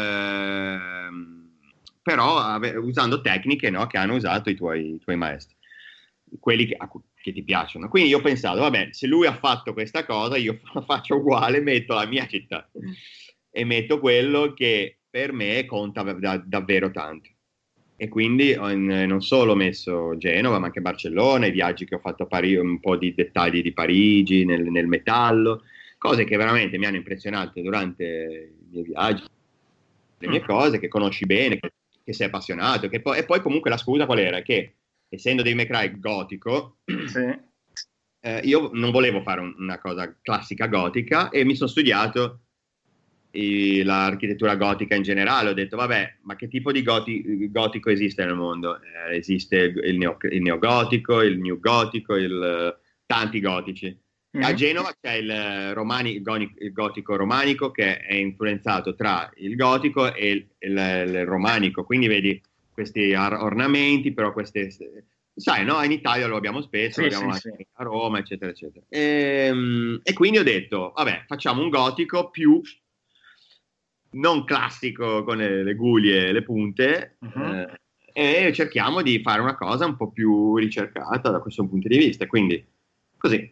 usando tecniche, no, che hanno usato i tuoi maestri, quelli che ti piacciono. Quindi io ho pensato, vabbè, se lui ha fatto questa cosa, io la faccio uguale, metto la mia città e metto quello che per me conta davvero tanto. E quindi non solo ho messo Genova, ma anche Barcellona, i viaggi che ho fatto a Parigi, un po' di dettagli di Parigi, nel metallo, cose che veramente mi hanno impressionato durante i miei viaggi, le mie cose, che conosci bene, che sei appassionato, e poi comunque la scusa qual era? Che essendo Devil May Cry gotico, sì. Io non volevo fare una cosa classica gotica e mi sono studiato l'architettura gotica in generale. Ho detto, vabbè, ma che tipo di gotico esiste nel mondo? Esiste il neogotico, il new gotico, tanti gotici. A Genova c'è il gotico romanico, che è influenzato tra il gotico e il romanico, quindi vedi questi ornamenti, però sai, no? In Italia lo abbiamo spesso, lo abbiamo anche a Roma, eccetera, eccetera. E quindi ho detto, vabbè, facciamo un gotico più non classico con le guglie e le punte, e cerchiamo di fare una cosa un po' più ricercata da questo punto di vista, quindi così.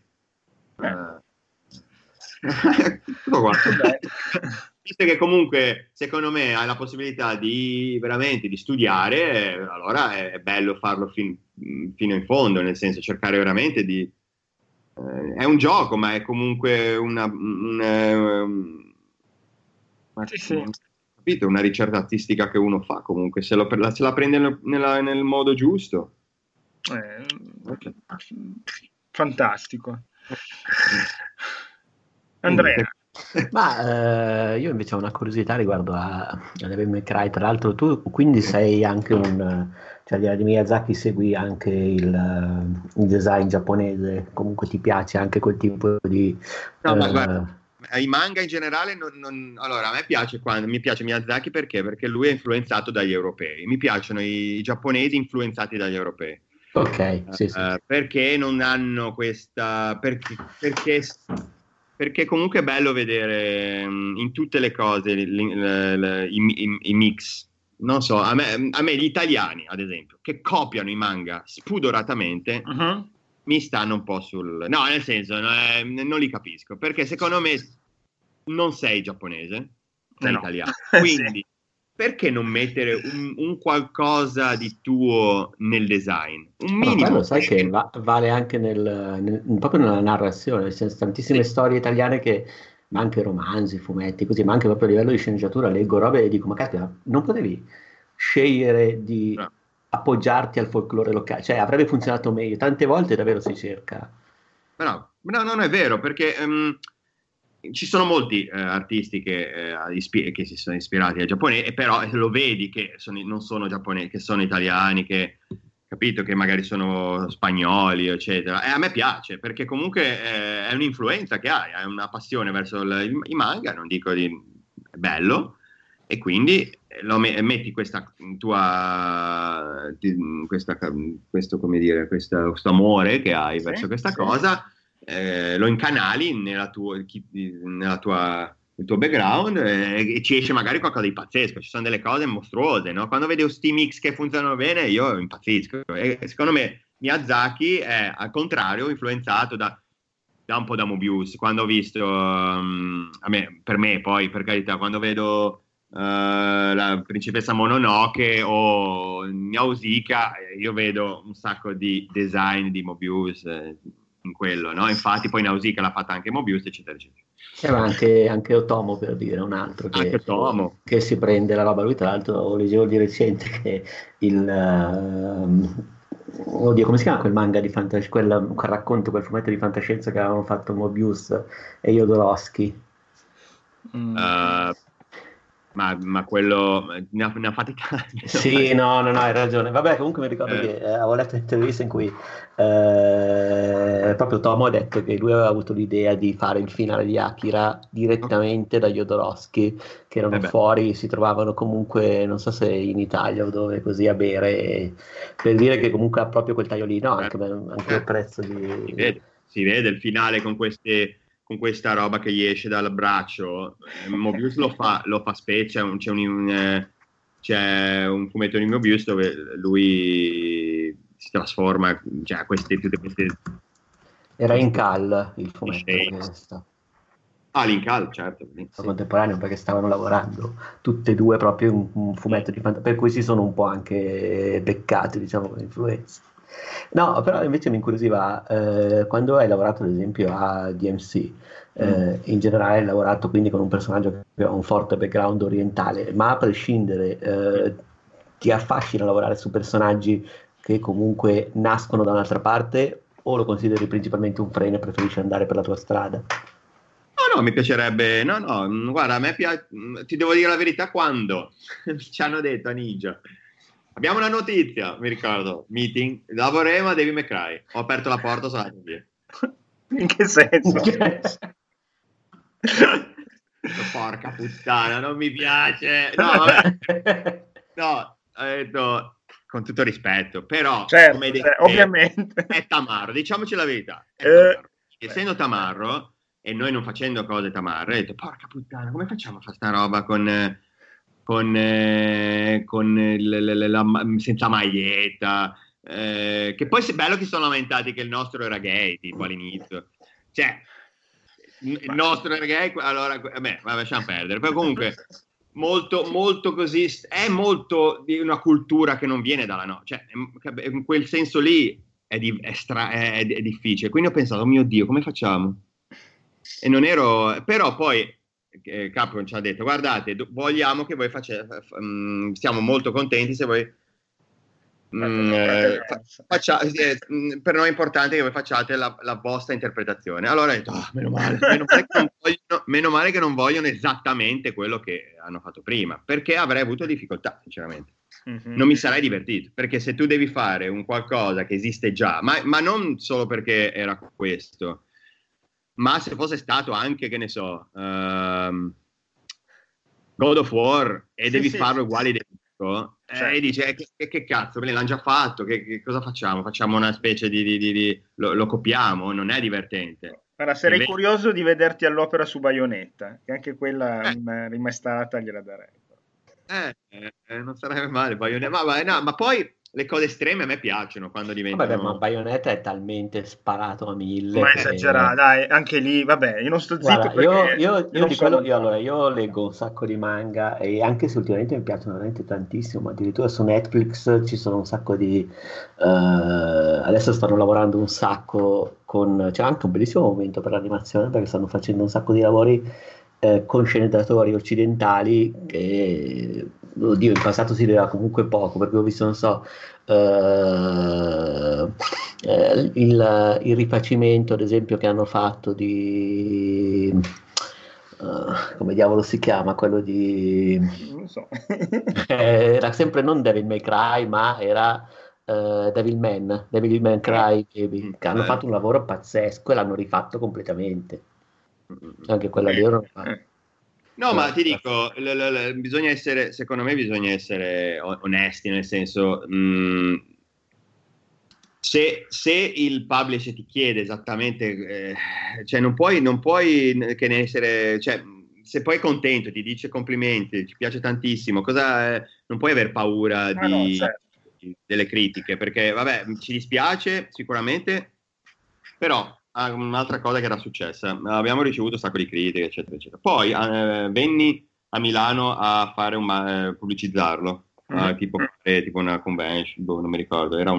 Visto che comunque secondo me hai la possibilità veramente di studiare, allora è bello farlo fino in fondo, nel senso cercare veramente è un gioco, ma è comunque capito, una ricerca artistica che uno fa, comunque se la prende nel modo giusto. Fantastico. Andrea. Ma io invece ho una curiosità riguardo a Devil May Cry. Tra l'altro tu quindi sei anche cioè di Miyazaki segui anche il design giapponese, comunque ti piace anche quel tipo di... No, ma guarda, i manga in generale allora a me mi piace Miyazaki perché lui è influenzato dagli europei, mi piacciono i giapponesi influenzati dagli europei. Ok, sì. Perché non hanno questa... Perché comunque è bello vedere in tutte le cose i mix. Non so, a me gli italiani, ad esempio, che copiano i manga spudoratamente, mi stanno un po' no, nel senso, non li capisco, perché secondo me non sei giapponese, sei italiano. Quindi... perché non mettere un qualcosa di tuo nel design? Un minimo. Quello sai che vale anche proprio nella narrazione, ci sono tantissime storie italiane ma anche romanzi, fumetti, così, ma anche proprio a livello di sceneggiatura leggo robe e dico, ma caspita, non potevi scegliere di appoggiarti al folklore locale, cioè avrebbe funzionato meglio, tante volte davvero si cerca. No, non è vero, perché ci sono molti artisti che si sono ispirati al Giappone, però lo vedi che non sono giapponesi, che sono italiani, che capito che magari sono spagnoli, eccetera. E a me piace, perché comunque è un'influenza che hai una passione verso i manga, non dico di è bello, e quindi metti questa tua questo come dire, questo amore che hai verso questa cosa, lo incanali nel tuo background, e ci esce magari qualcosa di pazzesco. Ci sono delle cose mostruose, no? Quando vedo sti mix che funzionano bene io impazzisco, e secondo me Miyazaki è al contrario influenzato da un po' da Mobius. Quando ho visto per me poi, per carità, quando vedo la principessa Mononoke o Nausicaa, io vedo un sacco di design di Mobius in quello, no? Infatti poi Nausicaa l'ha fatta anche Mobius, eccetera eccetera. C'era anche Otomo, per dire, un altro che si prende la roba. Lui tra l'altro leggevo di recente che oddio, come si chiama quel manga di fantascienza, quel racconto, quel fumetto di fantascienza che avevano fatto Mobius e Jodorowsky. Ma quello ne ha fatti tanti. Sì, no, hai ragione. Vabbè, comunque mi ricordo che avevo letto un'intervista in cui proprio Tomo ha detto che lui aveva avuto l'idea di fare il finale di Akira direttamente da Jodorowsky, che erano fuori, si trovavano comunque, non so se in Italia o dove, così a bere, per dire che comunque ha proprio quel taglio lì, no? Anche il prezzo di... Si vede il finale con questa roba che gli esce dal braccio. Mobius lo fa specie. C'è un fumetto di Mobius dove lui si trasforma, cioè tutte queste... Era in Cal il fumetto. L'Incal, certo. Contemporaneo, perché stavano lavorando tutte e due proprio un fumetto di fantascienza, per cui si sono un po' anche beccati, diciamo, con l'influenza. No, però invece mi incuriosiva quando hai lavorato ad esempio a DMC, in generale hai lavorato quindi con un personaggio che ha un forte background orientale, ma a prescindere ti affascina lavorare su personaggi che comunque nascono da un'altra parte, o lo consideri principalmente un freno e preferisci andare per la tua strada? No, mi piacerebbe, guarda, a me piace, ti devo dire la verità, quando ci hanno detto a Ninja: abbiamo una notizia, mi ricordo, meeting, lavoreremo a Devil May Cry. Ho aperto la porta, sono andato via. In che senso? Porca puttana, non mi piace. No, vabbè. No, ho detto, con tutto rispetto, però, certo, come hai detto, ovviamente. È tamarro, diciamoci la verità. È tamarro. Essendo tamarro, e noi non facendo cose tamarre, ho detto, porca puttana, come facciamo a fare sta roba senza maglietta, che poi è bello che sono lamentati che il nostro era gay, tipo all'inizio, cioè il nostro era gay, allora vabbè, lasciamo perdere. Poi comunque molto molto così, è molto di una cultura che non viene dalla cioè in quel senso lì è difficile, quindi ho pensato, oh mio Dio, come facciamo? E non ero, però poi Capcom ci ha detto, guardate, vogliamo che voi siamo molto contenti se voi per noi è importante che voi facciate la vostra interpretazione. Allora ho detto, meno male che non vogliono esattamente quello che hanno fatto prima, perché avrei avuto difficoltà, sinceramente. Non mi sarei divertito, perché se tu devi fare un qualcosa che esiste già, ma non solo perché era questo, ma se fosse stato anche, che ne so, God of War, e devi farlo uguale identico, e dici, che cazzo, l'hanno già fatto, che cosa facciamo? Facciamo una specie di lo copiamo, non è divertente. Allora, sarei curioso di vederti all'opera su Bayonetta, che anche quella rimastata gliela darei. Non sarebbe male Bayonetta, ma poi le cose estreme a me piacciono quando diventano... Vabbè, ma Bayonetta è talmente sparato a 1000. Ma esagerato, dai, anche lì, vabbè, io non sto zitto. Guarda, io leggo un sacco di manga, e anche se ultimamente mi piacciono veramente tantissimo, ma addirittura su Netflix ci sono un sacco di... adesso stanno lavorando un sacco c'è anche un bellissimo momento per l'animazione, perché stanno facendo un sacco di lavori con sceneggiatori occidentali che oddio, in passato si vedeva comunque poco, perché ho visto, non so, il rifacimento, ad esempio, che hanno fatto di... come diavolo si chiama? Quello di... Non so. era sempre non Devil May Cry, ma era Devil May Cry Baby, che hanno fatto un lavoro pazzesco e l'hanno rifatto completamente. Anche quella lì era No, ma ti dico, bisogna essere, secondo me bisogna essere onesti, nel senso, se il publisher ti chiede esattamente, cioè non puoi che ne essere, cioè se poi è contento, ti dice complimenti, ci piace tantissimo, non puoi aver paura No, certo. delle critiche, perché vabbè, ci dispiace sicuramente, però un'altra cosa che era successa, abbiamo ricevuto un sacco di critiche, eccetera, eccetera. Poi venni a Milano a fare pubblicizzarlo, tipo una convention, non mi ricordo, era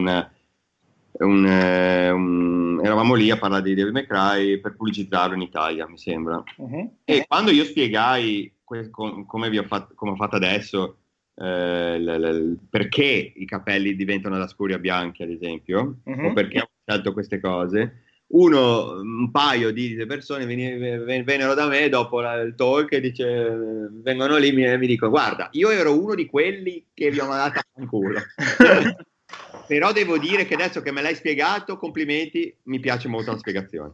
eravamo lì a parlare di Devil May Cry per pubblicizzarlo in Italia, mi sembra. E quando io spiegai come ho fatto adesso, perché i capelli diventano da scuri a bianchi, ad esempio, o perché ho scelto queste cose, un paio di persone vennero da me dopo il talk e vengono lì e mi dicono: guarda, io ero uno di quelli che vi ho mandato a culo. Però devo dire che adesso che me l'hai spiegato, complimenti, mi piace molto la spiegazione.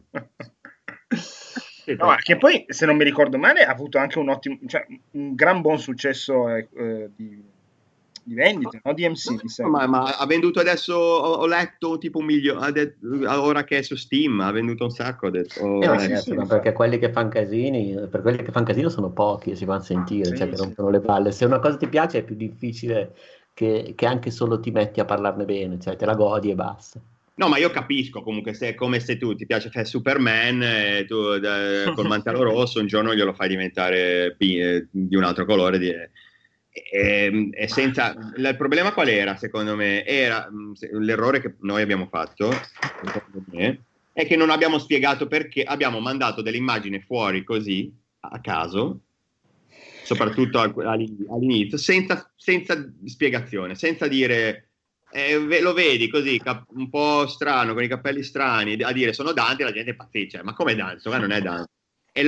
No, che poi, se non mi ricordo male, ha avuto anche un gran buon successo di vendite, no? DMC, mi sembra. Ma ha venduto adesso, ho letto tipo 1 milione, ora che è su Steam, ha venduto un sacco adesso. Perché quelli che fanno casini, per quelli che fanno casino sono pochi, si fanno sentire, che rompono le palle. Se una cosa ti piace è più difficile che anche solo ti metti a parlarne bene, cioè te la godi e basta. No, ma io capisco comunque, se è come se tu ti piace fare Superman e tu col mantello rosso un giorno glielo fai diventare di un altro colore. E senza, il problema qual era, secondo me? Era l'errore che noi abbiamo fatto, secondo me, è che non abbiamo spiegato perché abbiamo mandato delle immagini fuori così, a caso, soprattutto all'inizio, senza spiegazione, senza dire lo vedi così, un po' strano, con i capelli strani, a dire sono Dante, la gente impazzisce, ma come Dante? Non è Dante. E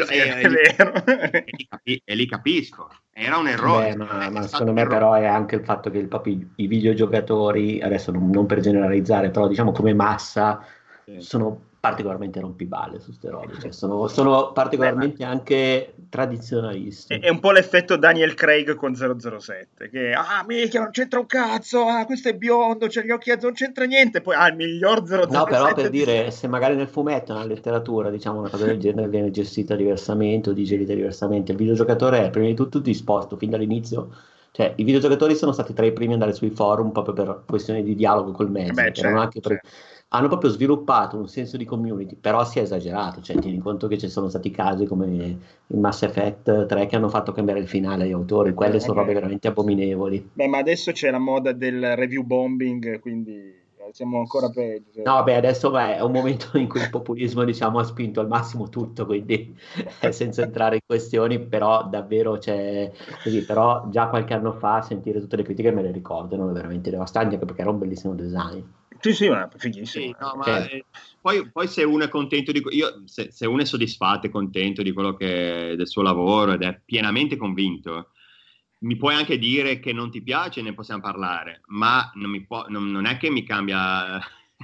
lì capisco, era un errore. Ma secondo me però è anche il fatto che i videogiocatori, adesso non per generalizzare, però diciamo come massa, sono particolarmente rompiballe su ste robe, cioè sono particolarmente anche tradizionalisti. È un po' l'effetto Daniel Craig con 007, che minchia, non c'entra un cazzo, questo è biondo, c'ha gli occhi azzurri, non c'entra niente, poi il miglior 007. No, però per dire, se magari nel fumetto, nella letteratura, diciamo una cosa del genere viene gestita diversamente o digerita diversamente, il videogiocatore è prima di tutto disposto fin dall'inizio. Cioè, i videogiocatori sono stati tra i primi ad andare sui forum proprio per questioni di dialogo col mezzo, hanno proprio sviluppato un senso di community, però si è esagerato, cioè tieni conto che ci sono stati casi come il Mass Effect 3 che hanno fatto cambiare il finale agli autori, quelle sono robe veramente abominevoli. Ma adesso c'è la moda del review bombing, quindi siamo ancora peggio. No, adesso è un momento in cui il populismo, diciamo, ha spinto al massimo tutto, quindi senza entrare in questioni, però davvero c'è così, però già qualche anno fa sentire tutte le critiche me le ricordo, erano veramente devastanti, anche perché era un bellissimo design. Sì, ma fighissimo. Sì, no, ma poi se uno è contento se uno è soddisfatto e contento di quello del suo lavoro ed è pienamente convinto, mi puoi anche dire che non ti piace, ne possiamo parlare, ma non è che mi cambia.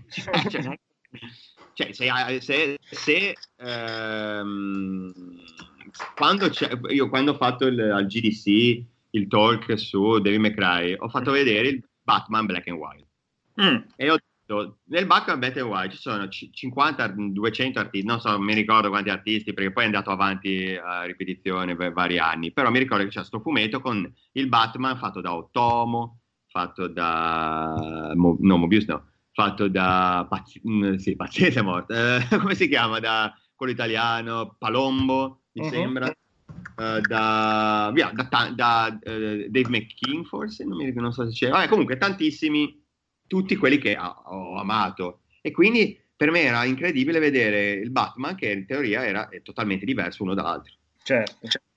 Quando ho fatto al GDC il talk su Devil May Cry, ho fatto vedere il Batman Black and White. E ho detto, nel Batman Black and White ci sono 50-200 artisti, non so, mi ricordo quanti artisti, perché poi è andato avanti a ripetizione per vari anni, però mi ricordo che c'è questo fumetto con il Batman fatto da Otomo, fatto da Mobius no, fatto da Pazienza è morto, come si chiama, da quello italiano, Palombo mi sembra, da Dave McKean forse, non so se c'è, comunque tantissimi, tutti quelli che ho amato, e quindi per me era incredibile vedere il Batman che in teoria è totalmente diverso uno dall'altro. Certo.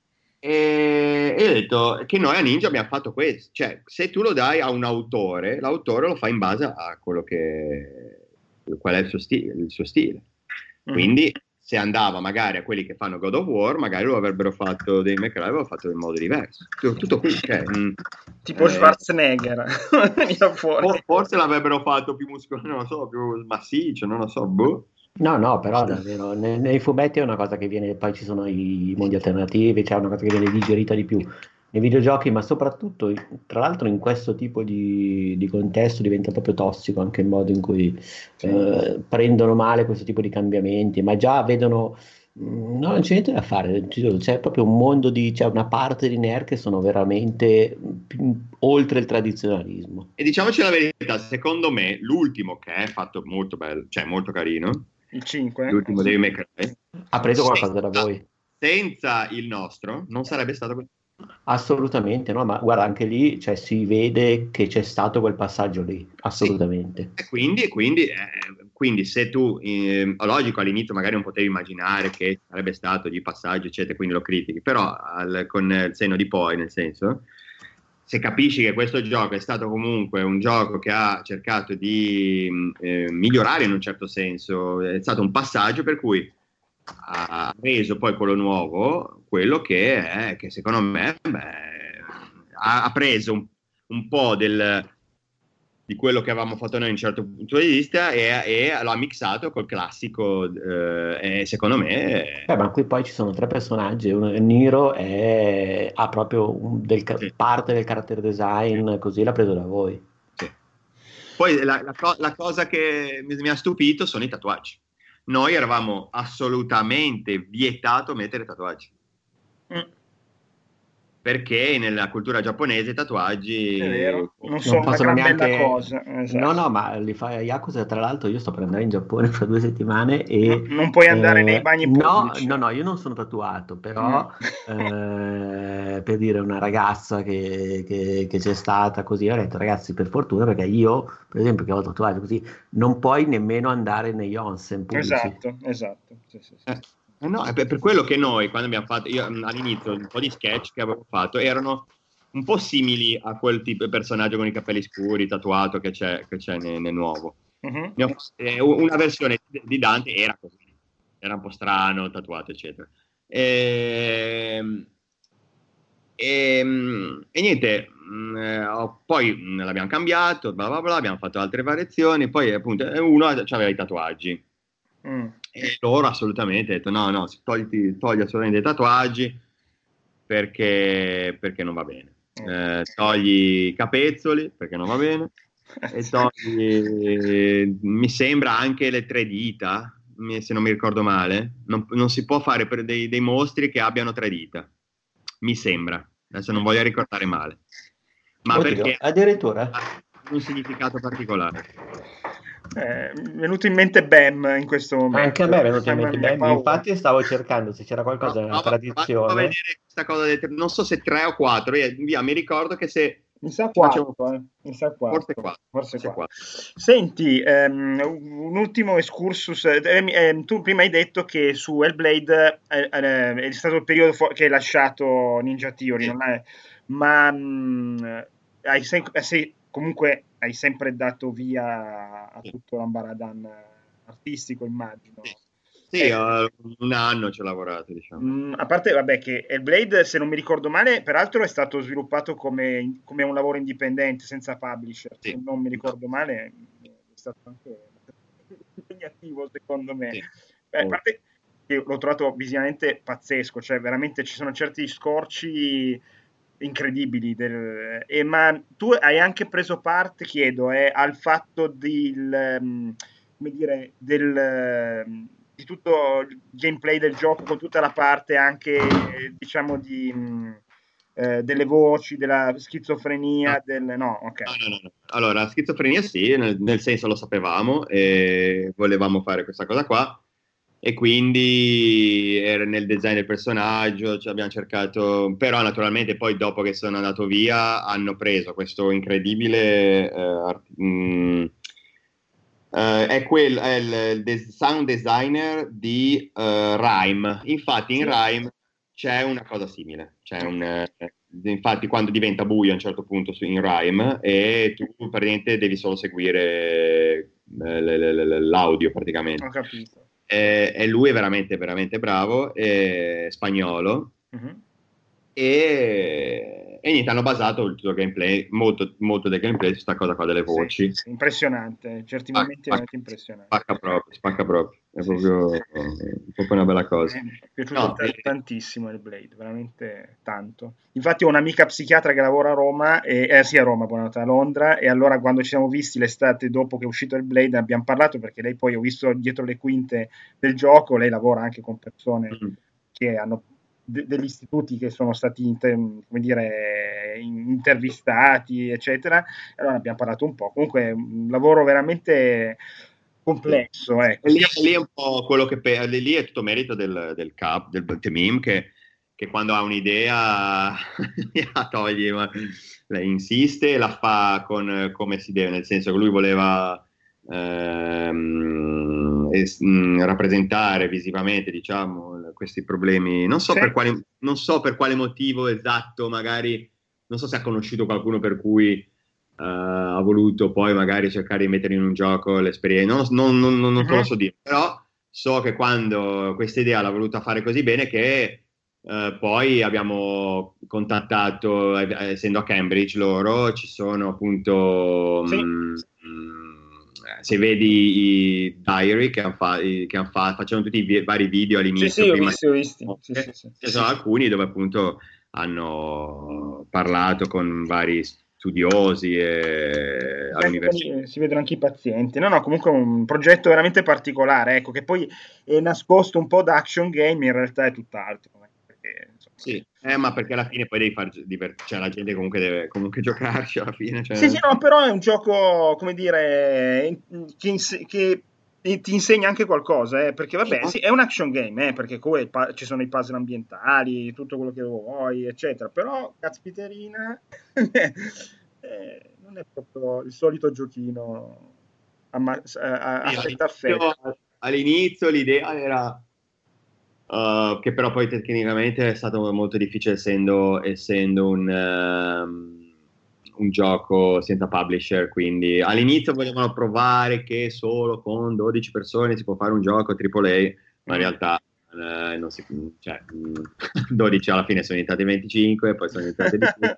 E ho detto che noi a Ninja abbiamo fatto questo, cioè se tu lo dai a un autore, l'autore lo fa in base a quello qual è il suo stile. Quindi se andava magari a quelli che fanno God of War, magari lo avrebbero fatto dei May Cry, l'avrebbero fatto in modo diverso. Tutto qui, cioè, tipo Schwarzenegger. Forse l'avrebbero fatto più muscoloso, non lo so, più massiccio, non lo so, boh. No, però davvero, nei fumetti è una cosa che viene, poi ci sono i mondi alternativi, c'è una cosa che viene digerita di più. Nei videogiochi, ma soprattutto, tra l'altro in questo tipo di contesto diventa proprio tossico anche il modo in cui prendono male questo tipo di cambiamenti, ma già vedono, no, non c'è niente da fare, c'è proprio un mondo c'è una parte di nerd che sono veramente oltre il tradizionalismo. E diciamoci la verità, secondo me l'ultimo che è fatto molto bello, cioè molto carino, il 5, l'ultimo dei May Cry, ha preso qualcosa da voi? Senza il nostro non sarebbe stato così. Assolutamente, no, ma guarda, anche lì cioè, si vede che c'è stato quel passaggio lì, assolutamente. Sì. E quindi se tu, logico, all'inizio magari non potevi immaginare che sarebbe stato di passaggio, eccetera, quindi lo critichi, però con il senno di poi, nel senso, se capisci che questo gioco è stato comunque un gioco che ha cercato di migliorare in un certo senso, è stato un passaggio per cui ha reso poi quello nuovo quello che secondo me ha preso un po' di quello che avevamo fatto noi in un certo punto di vista e lo ha mixato col classico e secondo me ma qui poi ci sono tre personaggi, Nero ha proprio parte del character design, così l'ha preso da voi. Sì. Poi la cosa che mi ha stupito sono i tatuaggi. Noi eravamo assolutamente vietato mettere tatuaggi. Perché nella cultura giapponese i tatuaggi è vero, non sono una gran bella cosa. Esatto. No, ma li fa Yakuza. Tra l'altro io sto per andare in Giappone fra 2 settimane e non puoi andare nei bagni pubblici. No, io non sono tatuato, però per dire una ragazza che c'è stata così, ho detto ragazzi, per fortuna, perché io per esempio che ho tatuato così non puoi nemmeno andare negli onsen pubblici. Esatto. Sì. No, è per quello che noi, quando abbiamo fatto, io all'inizio un po' di sketch che avevo fatto, erano un po' simili a quel tipo di personaggio con i capelli scuri, tatuato che c'è nel nuovo. Una versione di Dante era così, era un po' strano, tatuato, eccetera. E niente, poi l'abbiamo cambiato, bla bla bla, abbiamo fatto altre variazioni, poi appunto uno aveva i tatuaggi. E loro assolutamente hanno detto no, togli assolutamente i tatuaggi perché non va bene, togli i capezzoli perché non va bene e togli mi sembra anche le 3 dita, se non mi ricordo male, non si può fare per dei mostri che abbiano 3 dita, mi sembra, adesso non voglio ricordare male, ma perché addirittura ha un significato particolare. Mi è venuto in mente Bam in questo momento. Anche a me è venuto in mente Bam, infatti stavo cercando se c'era qualcosa nella tradizione. A vedere questa cosa, non so se 3 o 4, mi ricordo che se mi sa 4, forse 4. Senti, un ultimo excursus. Tu prima hai detto che su Hellblade è stato il periodo che hai lasciato Ninja Theory, ma comunque hai sempre dato via a tutto l'ambaradan artistico, immagino. Sì, un anno ci ho lavorato, diciamo. A parte, vabbè, che Hellblade, se non mi ricordo male, peraltro è stato sviluppato come un lavoro indipendente, senza publisher. Sì. Se non mi ricordo male, è stato anche impegnativo, secondo me. Sì. A parte che l'ho trovato visivamente pazzesco, cioè veramente ci sono certi scorci incredibili ma tu hai anche preso parte, chiedo, al fatto di tutto il gameplay del gioco, con tutta la parte anche diciamo delle voci, della schizofrenia, no. Allora, la schizofrenia sì, nel senso lo sapevamo e volevamo fare questa cosa qua. E quindi era nel design del personaggio, abbiamo cercato, però naturalmente poi dopo che sono andato via hanno preso questo incredibile è il sound designer di Rime. Infatti in Rime c'è una cosa simile, infatti quando diventa buio a un certo punto in Rime e tu praticamente devi solo seguire l'audio praticamente. Ho capito. E lui è veramente, veramente bravo, è spagnolo, Mhm. e niente, hanno basato il suo gameplay, molto, molto del gameplay su questa cosa qua delle Sì, voci. sì, impressionante, certi momenti veramente impressionanti. Spacca proprio, è Sì, sì. proprio una bella cosa. Mi è piaciuto No, tantissimo il Blade, veramente tanto. Infatti ho un'amica psichiatra che lavora a Roma, sì a Roma, buonanotte, a Londra, e allora quando ci siamo visti l'estate dopo che è uscito il Blade ne abbiamo parlato perché lei poi ho visto dietro le quinte del gioco, lei lavora anche con persone che hanno degli istituti che sono stati come dire, intervistati, eccetera. Allora abbiamo parlato un po'. Comunque è un lavoro veramente complesso, ecco. e lì è un po' quello lì è tutto merito del cap, del Temim, che quando ha un'idea la toglie, ma insiste e la fa come si deve, nel senso che lui voleva rappresentare visivamente, diciamo, questi problemi. Non so, Sì. non so per quale motivo esatto, magari non so se ha conosciuto qualcuno per cui ha voluto poi magari cercare di mettere in un gioco l'esperienza. Non te lo so dire, però so che quando questa idea l'ha voluta fare così bene che poi abbiamo contattato, essendo a Cambridge loro, ci sono appunto, Sì. se vedi i diary che hanno fatto, facevano tutti i vari video all'inizio. Sì, ho prima visti. Sì. ci sono alcuni dove appunto hanno parlato con vari studiosi all'università. Si vedono anche i pazienti. No, comunque è un progetto veramente particolare, ecco, che poi è nascosto un po' da action game, in realtà è tutt'altro. Perché, insomma, Sì, ma perché alla fine poi devi far divertire, cioè la gente comunque deve comunque giocarci alla fine. Cioè... Sì, no, però è un gioco, come dire, che ti insegna anche qualcosa, perché vabbè, sì, è un action game, perché poi ci sono i puzzle ambientali, tutto quello che vuoi, eccetera, però, caspiterina, non è proprio il solito giochino a setta affetta. All'inizio l'idea era che però poi tecnicamente è stato molto difficile essendo un gioco senza publisher, quindi all'inizio volevano provare che solo con 12 persone si può fare un gioco AAA, ma in realtà non si, cioè, 12 alla fine sono diventati 25, poi sono diventati di più.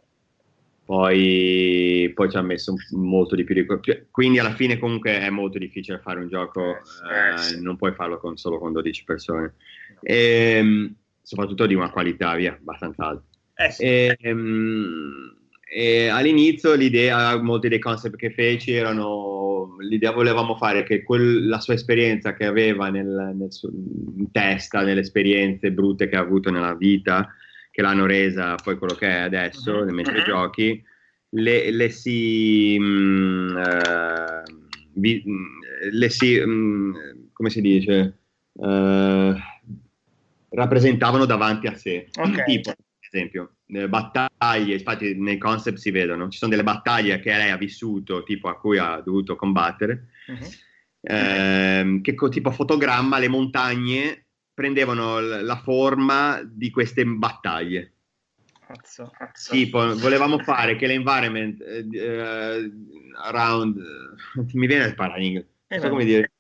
Poi ci ha messo molto di più quindi alla fine comunque è molto difficile fare un gioco, Sì. non puoi farlo solo con 12 persone, e, soprattutto di una qualità abbastanza alta. Sì. E all'inizio molti dei concept che feci erano, l'idea volevamo fare che la sua esperienza che aveva in testa, nelle esperienze brutte che ha avuto nella vita, che l'hanno resa poi quello che è adesso, mentre giochi, le si come si dice, rappresentavano davanti a sé. Tipo, ad esempio, battaglie, infatti nei concept si vedono, ci sono delle battaglie che lei ha vissuto, tipo a cui ha dovuto combattere, che tipo fotogramma le montagne prendevano la forma di queste battaglie. Tipo, volevamo fare che l'environment around mi viene a parlare in inglese, non so come dire,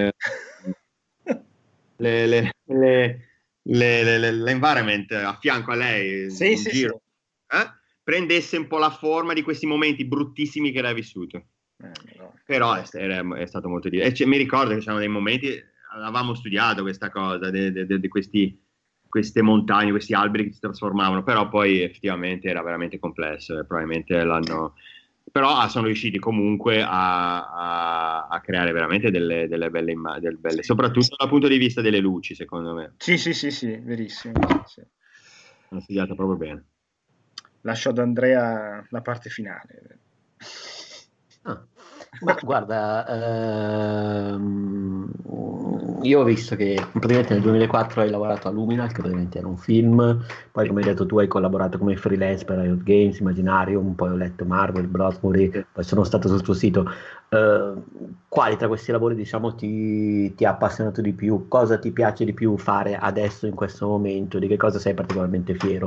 l'environment a fianco a lei in giro, prendesse un po' la forma di questi momenti bruttissimi che lei ha vissuto. Però è stato molto divertente. Mi ricordo che c'erano dei momenti, avevamo studiato questa cosa di queste montagne, questi alberi che si trasformavano, però poi effettivamente era veramente complesso e probabilmente però sono riusciti comunque a creare veramente delle belle immagini, soprattutto dal punto di vista delle luci, secondo me. Sì, verissimo. Sì. Hanno studiato proprio bene. Lascio ad Andrea la parte finale. Ma guarda, Io ho visto che praticamente nel 2004 hai lavorato a Luminal, che praticamente era un film, poi come hai detto tu hai collaborato come freelance per Riot Games, Imaginarium, poi ho letto Marvel, Bloodsport, poi sono stato sul tuo sito. Quali tra questi lavori diciamo ti ha appassionato di più? Cosa ti piace di più fare adesso in questo momento? Di che cosa sei particolarmente fiero?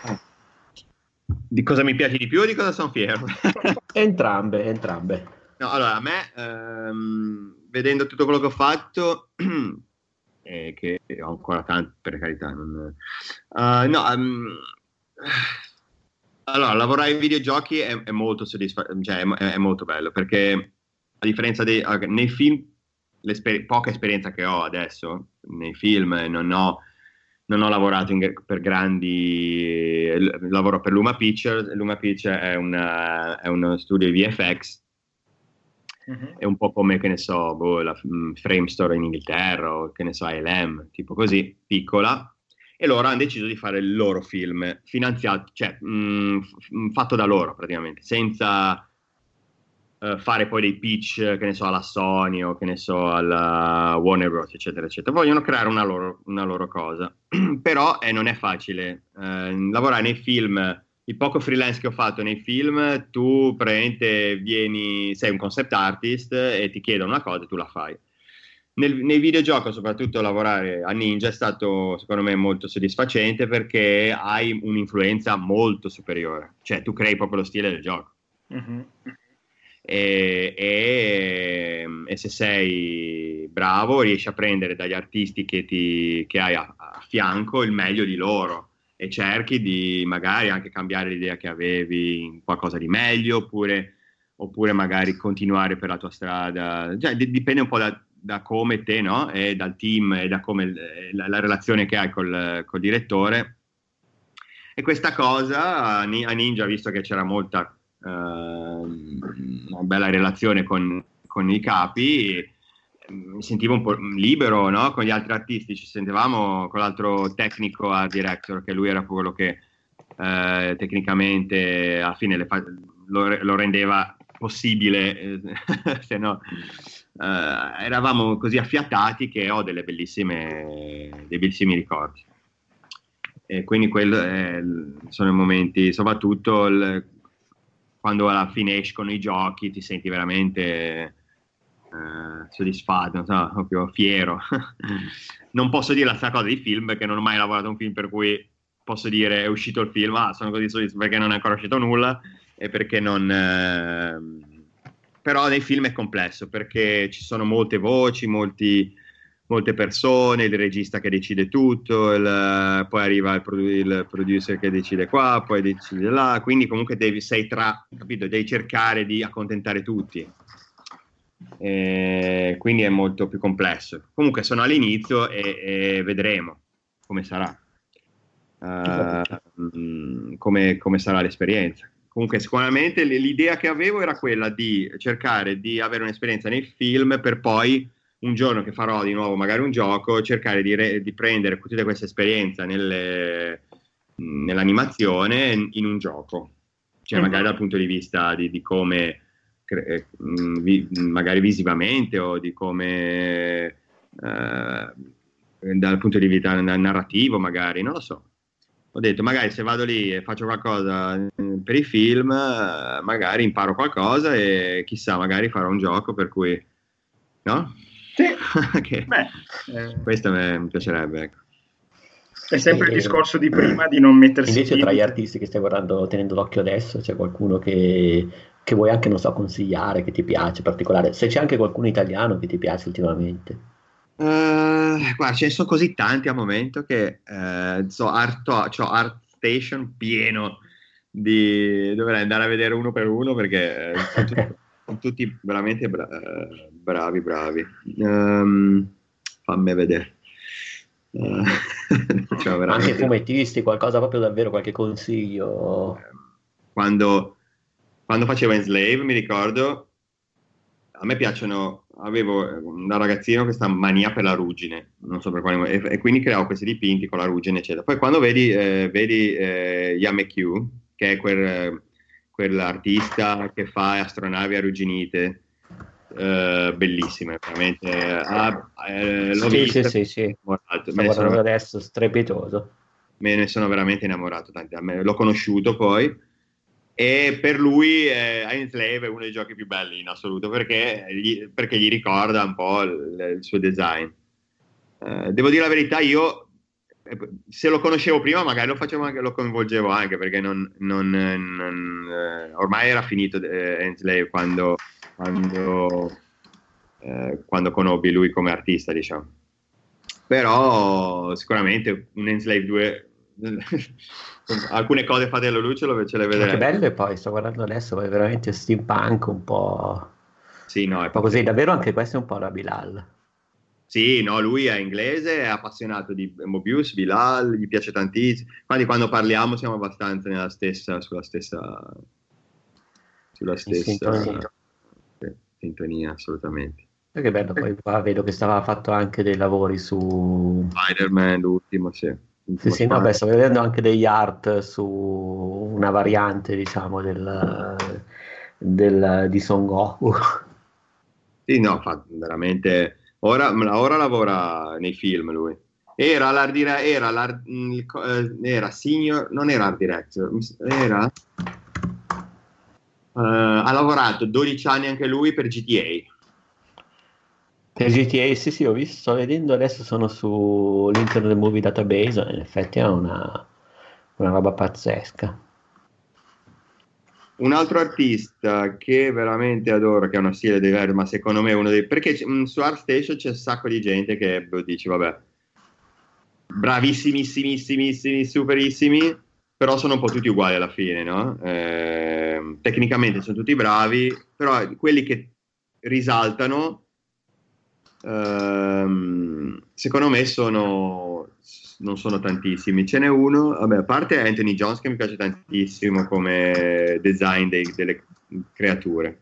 Di cosa mi piace di più o di cosa sono fiero? Entrambe. No, allora, a me, vedendo tutto quello che ho fatto, che ho ancora tanto, per carità, allora, lavorare in videogiochi è molto soddisfacente, cioè è molto bello, perché a differenza nei film, poca esperienza che ho adesso, nei film, non ho lavorato per grandi, lavoro per Luma Pictures. Luma Pictures è uno studio di VFX, è un po' come, che ne so, la Framestore in Inghilterra, o che ne so, ALM, tipo così, piccola, e loro hanno deciso di fare il loro film, finanziato, cioè fatto da loro praticamente, senza fare poi dei pitch, che ne so, alla Sony o che ne so, alla Warner Bros, eccetera, eccetera. Vogliono creare una loro cosa. Però non è facile. Lavorare nei film, il poco freelance che ho fatto nei film, tu praticamente sei un concept artist e ti chiedono una cosa e tu la fai. Nei videogiochi, soprattutto lavorare a Ninja, è stato secondo me molto soddisfacente, perché hai un'influenza molto superiore, cioè tu crei proprio lo stile del gioco. Mm-hmm. E se sei bravo riesci a prendere dagli artisti che hai a fianco il meglio di loro, e cerchi di magari anche cambiare l'idea che avevi in qualcosa di meglio, oppure magari continuare per la tua strada. Cioè, dipende un po' da come te, no? E dal team, e da come la relazione che hai col direttore. E questa cosa a Ninja, visto che c'era molta una bella relazione con i capi, mi sentivo un po' libero, no? Con gli altri artisti ci sentivamo, con l'altro tecnico art director, che lui era quello che tecnicamente alla fine lo rendeva possibile, se no eravamo così affiatati che ho dei bellissimi ricordi. E quindi sono i momenti, soprattutto quando alla fine escono i giochi, ti senti veramente soddisfatto, non so, proprio fiero. Non posso dire la stessa cosa dei film, perché non ho mai lavorato a un film per cui posso dire è uscito il film, sono così soddisfatto, perché non è ancora uscito nulla, e perché non... Però nei film è complesso, perché ci sono molte voci, molte persone, il regista che decide tutto, poi arriva il producer che decide qua, poi decide là, quindi comunque capito? Devi cercare di accontentare tutti. Quindi è molto più complesso. Comunque sono all'inizio e vedremo come sarà, come sarà l'esperienza. Comunque sicuramente l'idea che avevo era quella di cercare di avere un'esperienza nei film, per poi un giorno che farò di nuovo magari un gioco, cercare di prendere tutta questa esperienza nell'animazione in un gioco, cioè magari dal punto di vista di come magari visivamente, o di come dal punto di vista narrativo, magari, non lo so. Ho detto magari se vado lì e faccio qualcosa per i film, magari imparo qualcosa e chissà, magari farò un gioco per cui, no? Sì. Questo mi piacerebbe, ecco. È sempre il discorso di prima, di non mettersi invece tra gli artisti che stai guardando, tenendo d'occhio adesso, c'è qualcuno che vuoi anche, non so, consigliare, che ti piace particolare, se c'è anche qualcuno italiano che ti piace ultimamente? Guarda, ce ne sono così tanti al momento che c'ho ArtStation pieno dovrei andare a vedere uno per uno, perché sono tutti veramente bravi. Fammi vedere. Anche fumettisti, qualcosa proprio davvero, qualche consiglio? Quando facevo Enslave, mi ricordo, a me avevo da ragazzino questa mania per la ruggine, non so per quale motivo, e quindi creavo questi dipinti con la ruggine, eccetera. Poi quando vedi Yamekyou, che è quell'artista che fa astronavi arrugginite, bellissime, veramente. L'ho vista, Sì. innamorato. Sto guardando adesso, strepitoso. Me ne sono veramente innamorato. L'ho conosciuto poi, e per lui Ainslave è uno dei giochi più belli in assoluto, perché gli ricorda un po' il suo design. Devo dire la verità, io se lo conoscevo prima magari lo facevo anche, lo coinvolgevo anche, perché ormai era finito Ainslave quando conobbi lui come artista, diciamo. Però sicuramente un Enslave 2 alcune cose fatte alla luce ce le vedrei. Che bello, e poi sto guardando adesso, è veramente steampunk, un po'... Sì, no, un po' così, davvero anche questo è un po' la Bilal. Sì, no, lui è inglese, è appassionato di Mobius, Bilal, gli piace tantissimo. Infatti quando parliamo siamo abbastanza sulla stessa sintonia, assolutamente. E che bello, poi qua vedo che stava fatto anche dei lavori su... Spider-Man, l'ultimo, sì. Sì, no, beh, sto vedendo anche degli art su una variante, diciamo, di Son Goku. Sì, no, fa veramente... Ora lavora nei film lui. Era senior, non era art director, ha lavorato 12 anni anche lui per GTA. Per GTA, sì, ho visto, sto vedendo adesso, sono sull'Internet Movie Database, in effetti è una roba pazzesca. Un altro artista che veramente adoro, che ha uno stile diverso, ma secondo me è uno dei... Perché su ArtStation c'è un sacco di gente che dici, vabbè, bravissimissimissimi, superissimi, però sono un po' tutti uguali alla fine, no? Tecnicamente sono tutti bravi, però quelli che risaltano, secondo me non sono tantissimi. Ce n'è uno, vabbè, a parte Anthony Jones, che mi piace tantissimo come design delle creature.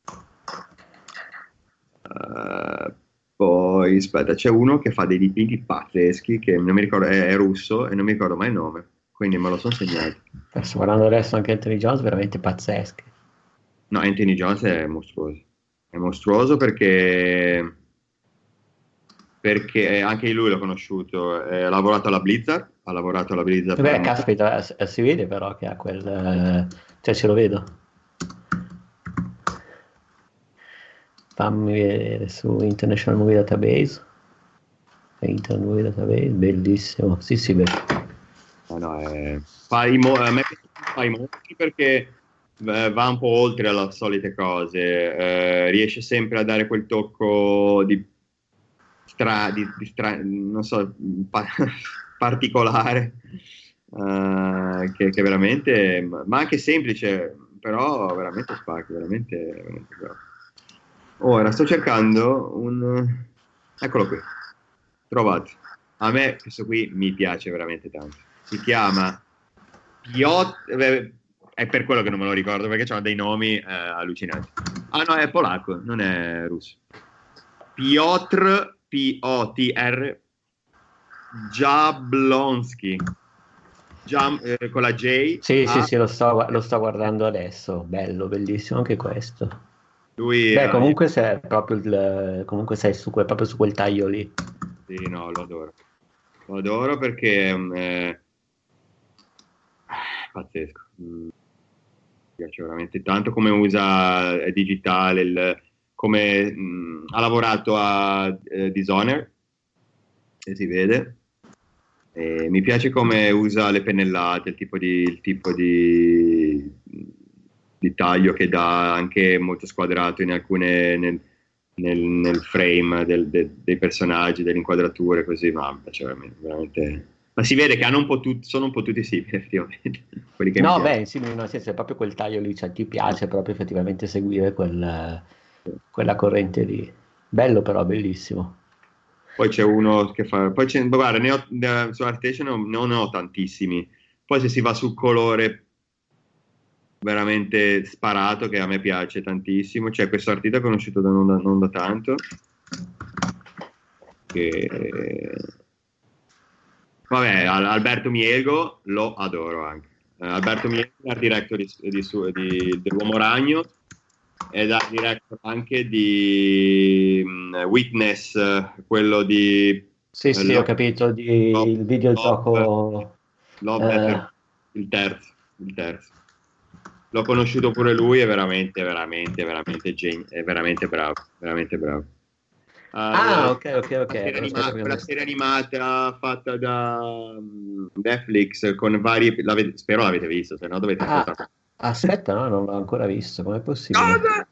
Poi aspetta, c'è uno che fa dei dipinti pazzeschi, che non mi ricordo, è russo e non mi ricordo mai il nome, quindi me lo sono segnato. Sto guardando adesso anche Anthony Jones, veramente pazzeschi. No, Anthony Jones è mostruoso perché anche lui l'ho conosciuto, ha lavorato alla Blizzard, Beh, caspita, si vede però che ha quel... cioè ce lo vedo. Fammi vedere su International Movie Database. Internet Movie Database, bellissimo. Sì, bello. No, a me piace fare i mostri perché va un po' oltre alle solite cose, riesce sempre a dare quel tocco non so, particolare, che veramente, ma anche semplice, però veramente spacca, veramente bravo. Ora sto cercando eccolo qui, trovato. A me questo qui mi piace veramente tanto. Si chiama Piotr, è per quello che non me lo ricordo, perché c'hanno dei nomi allucinanti. Ah no, è polacco, non è russo. Piotr, P-O-T-R Jablonski, con la J. Sì, lo sto guardando adesso. Bello, bellissimo anche questo. Lui, comunque sei proprio proprio su quel taglio lì. Sì, no, lo adoro perché è pazzesco. Mi piace veramente tanto come usa il digitale, come ha lavorato a Dishonored, e si vede. E mi piace come usa le pennellate, il tipo di taglio che dà, anche molto squadrato in alcune nel frame dei personaggi, delle inquadrature, così, ma mi piace veramente. Ma si vede che sono un po' tutti simili, effettivamente. Quelli che sì, no, sì, è proprio quel taglio lì, cioè ti piace proprio effettivamente seguire quella corrente lì. Bello però, bellissimo. Poi c'è uno che fa... Poi guarda, su ArtStation non ne ho tantissimi. Poi se si va sul colore veramente sparato, che a me piace tantissimo, c'è questo artista conosciuto non da tanto, che... Vabbè, Alberto Mielgo lo adoro anche. Alberto Mielgo è il director dell'Uomo Ragno, ed ha diretto anche di Witness, quello di Sì, sì, ho capito, il videogioco. Love, Death, il terzo. L'ho conosciuto pure lui, è veramente è veramente bravo, veramente bravo. Ok. Quella serie animata fatta da Netflix con vari, spero l'avete visto, se no dovete ascoltare. Aspetta, no, non l'ho ancora visto, com'è possibile? Cosa?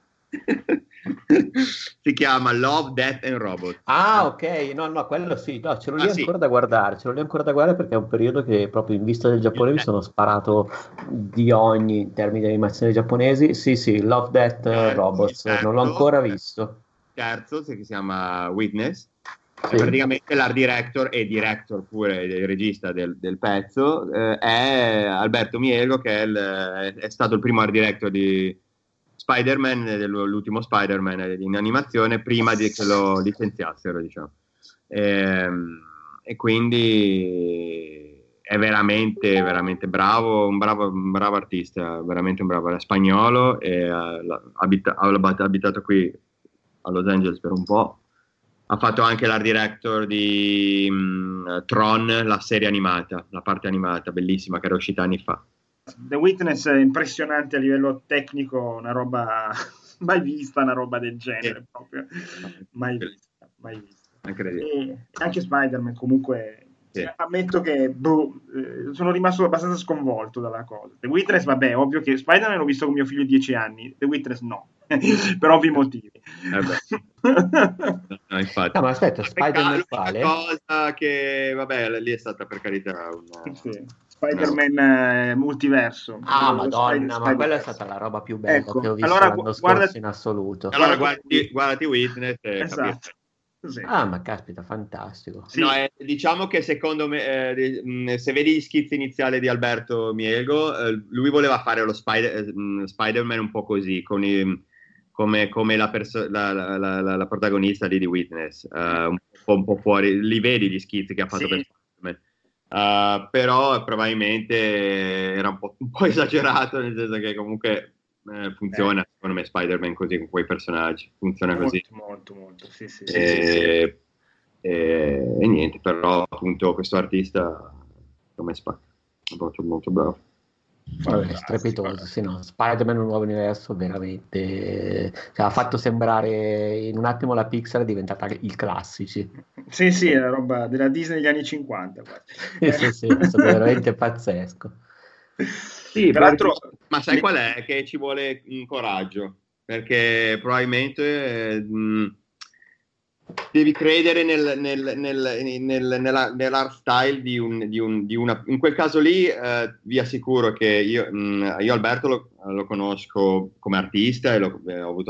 Si chiama Love, Death and Robots. Ok, no, quello sì, no, ce l'ho lì ancora da guardare, perché è un periodo che proprio in vista del Giappone mi sono sparato di ogni in termini di animazioni giapponesi. Sì, Love, Death, Robots, non l'ho ancora visto. Terzo, che si chiama Witness, Sì. praticamente l'art director e director pure, il regista del pezzo, è Alberto Mielgo, che è stato il primo art director di Spider-Man, dell'ultimo Spider-Man in animazione, prima di che lo licenziassero, diciamo. E quindi è veramente bravo, un bravo artista, veramente un bravo, è spagnolo e ha abitato qui a Los Angeles per un po'. Ha fatto anche l'art director di Tron, la serie animata, la parte animata, bellissima, che era uscita anni fa. The Witness è impressionante a livello tecnico, una roba mai vista, una roba del genere proprio, mai vista. E anche Spider-Man comunque, ammetto che sono rimasto abbastanza sconvolto dalla cosa. The Witness, vabbè, ovvio che Spider-Man l'ho visto con mio figlio di 10 anni, The Witness no, per ovvi motivi. No, infatti. No, ma aspetta, Spider-Man quale? Una cosa che, vabbè, lì è stata per carità Spider-Man multiverso. Madonna, ma quella è stata la roba più bella che ho visto l'anno scorso in assoluto. Allora guardati Witness e esatto. Sì. Ma caspita, fantastico. Sì. No, diciamo che secondo me, se vedi gli schizzi iniziali di Alberto Mielgo, lui voleva fare lo Spider-Man un po' così, come la protagonista di The Witness, un po' fuori, li vedi gli schizzi che ha fatto per Spider-Man. Però probabilmente era un po' esagerato, nel senso che comunque funziona, secondo me, Spider-Man così, con quei personaggi, funziona così. Molto, sì. E niente, però appunto questo artista come spacca, molto, molto bravo. Vabbè, strepitoso, sì, no, Spider-Man un nuovo universo veramente, ha fatto sembrare in un attimo la Pixar è diventata il classici. Sì, è la roba della Disney degli anni 50. Sì, è stato veramente pazzesco. Sì, peraltro, ma sai qual è? Che ci vuole un coraggio, perché probabilmente devi credere nell'art style di una. In quel caso lì vi assicuro che io Alberto lo conosco come artista e ho avuto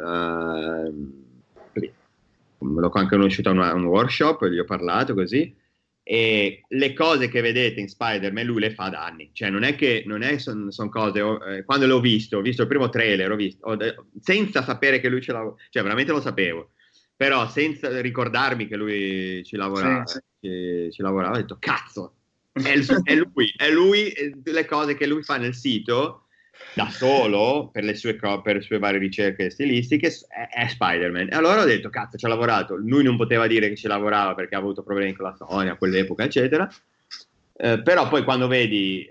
l'ho anche conosciuto a un workshop, gli ho parlato così. E le cose che vedete in Spider-Man lui le fa da anni, cioè non è sono cose, quando l'ho visto il primo trailer, senza sapere che lui ce l'aveva, cioè veramente lo sapevo, però senza ricordarmi che lui ci lavorava, ho detto cazzo, è lui, le cose che lui fa nel sito da solo per le sue varie ricerche stilistiche è Spider-Man. E allora ho detto cazzo, ci ha lavorato. Lui non poteva dire che ci lavorava perché ha avuto problemi con la Sony a quell'epoca eccetera, però poi quando vedi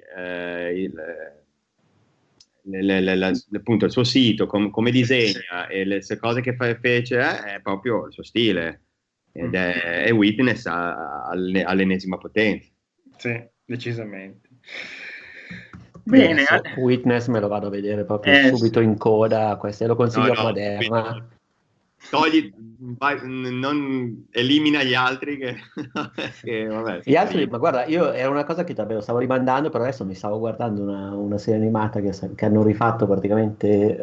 appunto il suo sito, come disegna e le cose che fece, è proprio il suo stile ed è Witness all'ennesima potenza. Sì, decisamente. Bene, Witness me lo vado a vedere proprio subito in coda, questo lo consiglio a Moderna. Elimina gli altri che vabbè, gli altri, ma guarda, io era una cosa che davvero stavo rimandando, però adesso mi stavo guardando una serie animata che hanno rifatto praticamente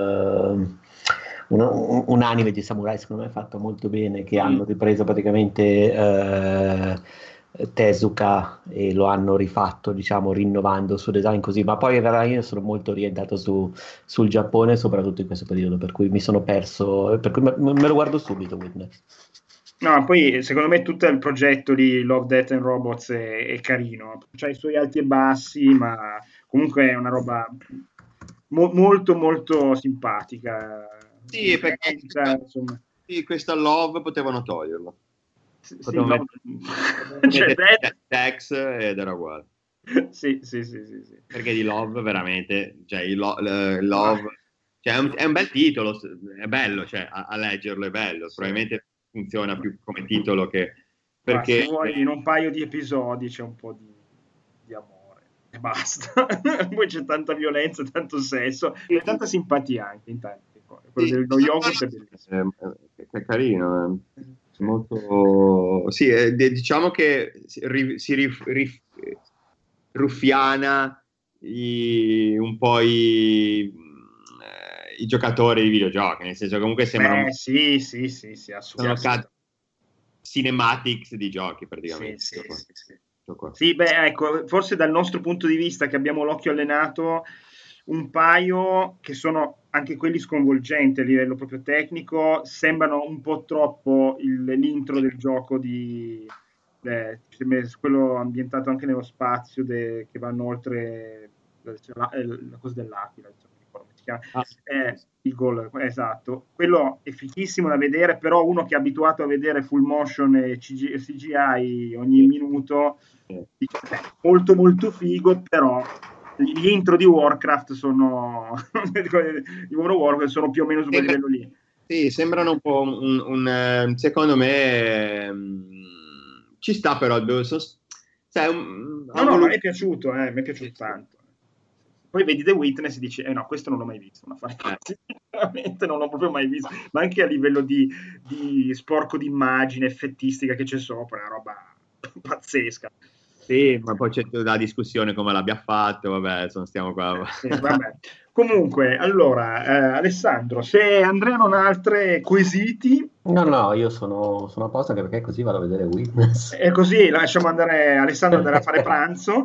un anime di samurai, secondo me fatto molto bene, che hanno ripreso praticamente Tezuka e lo hanno rifatto, diciamo, rinnovando il suo design così, ma poi in realtà io sono molto orientato sul Giappone, soprattutto in questo periodo, per cui mi sono perso, per cui me lo guardo subito Witness. No, poi secondo me tutto il progetto di Love, Death and Robots è carino, c'ha i suoi alti e bassi, ma comunque è una roba molto molto simpatica. Sì, perché insomma. Sì, questa Love potevano toglierla. Potevano mettere Tex ed era uguale. Sì. Perché di Love veramente, cioè Love, cioè, è un bel titolo, è bello, cioè a leggerlo è bello, probabilmente funziona più come titolo che... Perché se vuoi in un paio di episodi c'è un po' di amore e basta. Poi c'è tanta violenza, tanto sesso e tanta simpatia anche intanto. Quello dello yogurt è bellissimo. È carino, molto... Sì, diciamo che ruffiana un po' i giocatori di videogiochi, nel senso che comunque sembrano... Sì, assolutamente. Cinematics di giochi praticamente. Sì. Sì, ecco, forse dal nostro punto di vista che abbiamo l'occhio allenato, un paio che sono anche quelli sconvolgenti a livello proprio tecnico, sembrano un po' troppo l'intro del gioco di quello ambientato anche nello spazio che vanno oltre la cosa dell'Aquila, come si chiama? Eagle, esatto, quello è fichissimo da vedere, però uno che è abituato a vedere full motion e CGI ogni minuto dice, molto molto figo, però gli intro di Warcraft sono di World of Warcraft sono più o meno su quel livello lì. Sì, sembrano un po' secondo me ci sta, però no, mi è piaciuto tanto. Poi vedi The Witness e dici, no, questo non l'ho mai visto, veramente non l'ho proprio mai visto, ma anche a livello di sporco d'immagine, effettistica che c'è sopra, una roba pazzesca. Sì, ma poi c'è la discussione come l'abbia fatto, vabbè, stiamo qua. Vabbè. Comunque, allora, Alessandro, se Andrea non ha altre quesiti... No, io sono a posto, anche perché così vado a vedere Witness. E così lasciamo andare Alessandro andare a fare pranzo.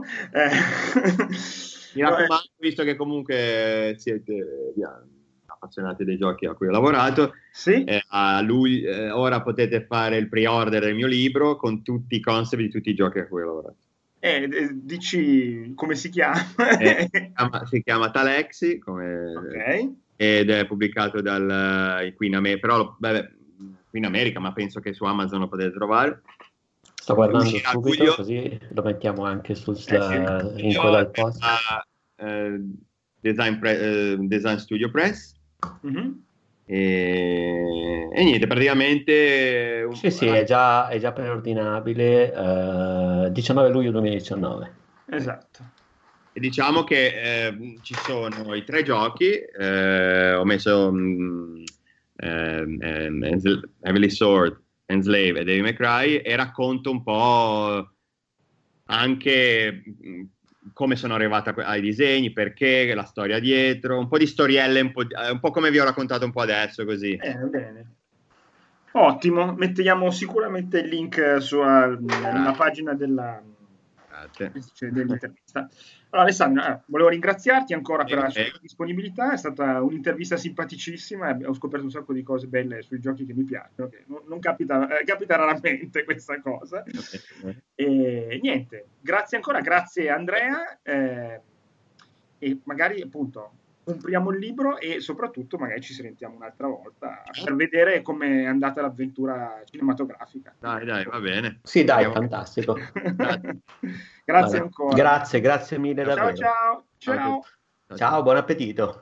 Mi raccomando, visto che comunque siete appassionati dei giochi a cui ho lavorato, sì? Ora potete fare il pre-order del mio libro con tutti i concept di tutti i giochi a cui ho lavorato. Dici come si chiama? Si chiama Talexi, ed è pubblicato qui in America, però qui in America, ma penso che su Amazon lo potete trovare. Sto guardando subito, così lo mettiamo anche in coda al post. Design Studio Press. Mm-hmm. E niente, praticamente sì, è già preordinabile 19 luglio 2019. Esatto. E diciamo che ci sono i 3 giochi, ho messo Heavenly Sword, Enslave e Devil May Cry, e racconto un po' anche come sono arrivata ai disegni, perché, la storia dietro, un po' di storielle, un po' come vi ho raccontato un po' adesso, così. Bene. Ottimo, mettiamo sicuramente il link sulla pagina dell'intervista. Allora, Alessandro, volevo ringraziarti ancora per la sua disponibilità, è stata un'intervista simpaticissima e ho scoperto un sacco di cose belle sui giochi che mi piacciono, che non capita raramente questa cosa. E niente, grazie ancora, grazie Andrea, e magari appunto compriamo il libro e soprattutto magari ci sentiamo un'altra volta per vedere come è andata l'avventura cinematografica. Dai, va bene. Sì, dai, fantastico. Grazie ancora. Grazie mille davvero. Ciao, buon appetito.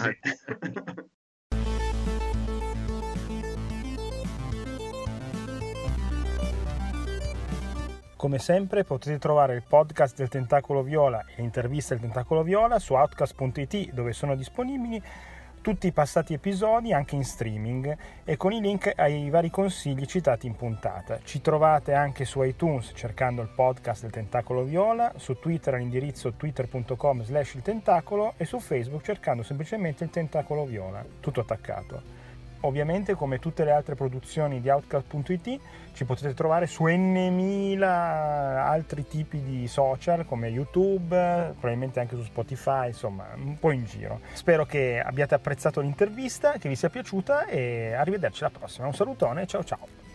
Come sempre potete trovare il podcast del Tentacolo Viola e l'intervista del Tentacolo Viola su outcast.it, dove sono disponibili tutti i passati episodi anche in streaming e con i link ai vari consigli citati in puntata. Ci trovate anche su iTunes cercando il podcast del Tentacolo Viola, su Twitter all'indirizzo twitter.com/iltentacolo e su Facebook cercando semplicemente il Tentacolo Viola, tutto attaccato. Ovviamente, come tutte le altre produzioni di Outcast.it, ci potete trovare su n.000 altri tipi di social come YouTube, probabilmente anche su Spotify, insomma un po' in giro. Spero che abbiate apprezzato l'intervista, che vi sia piaciuta e arrivederci alla prossima. Un salutone, ciao ciao!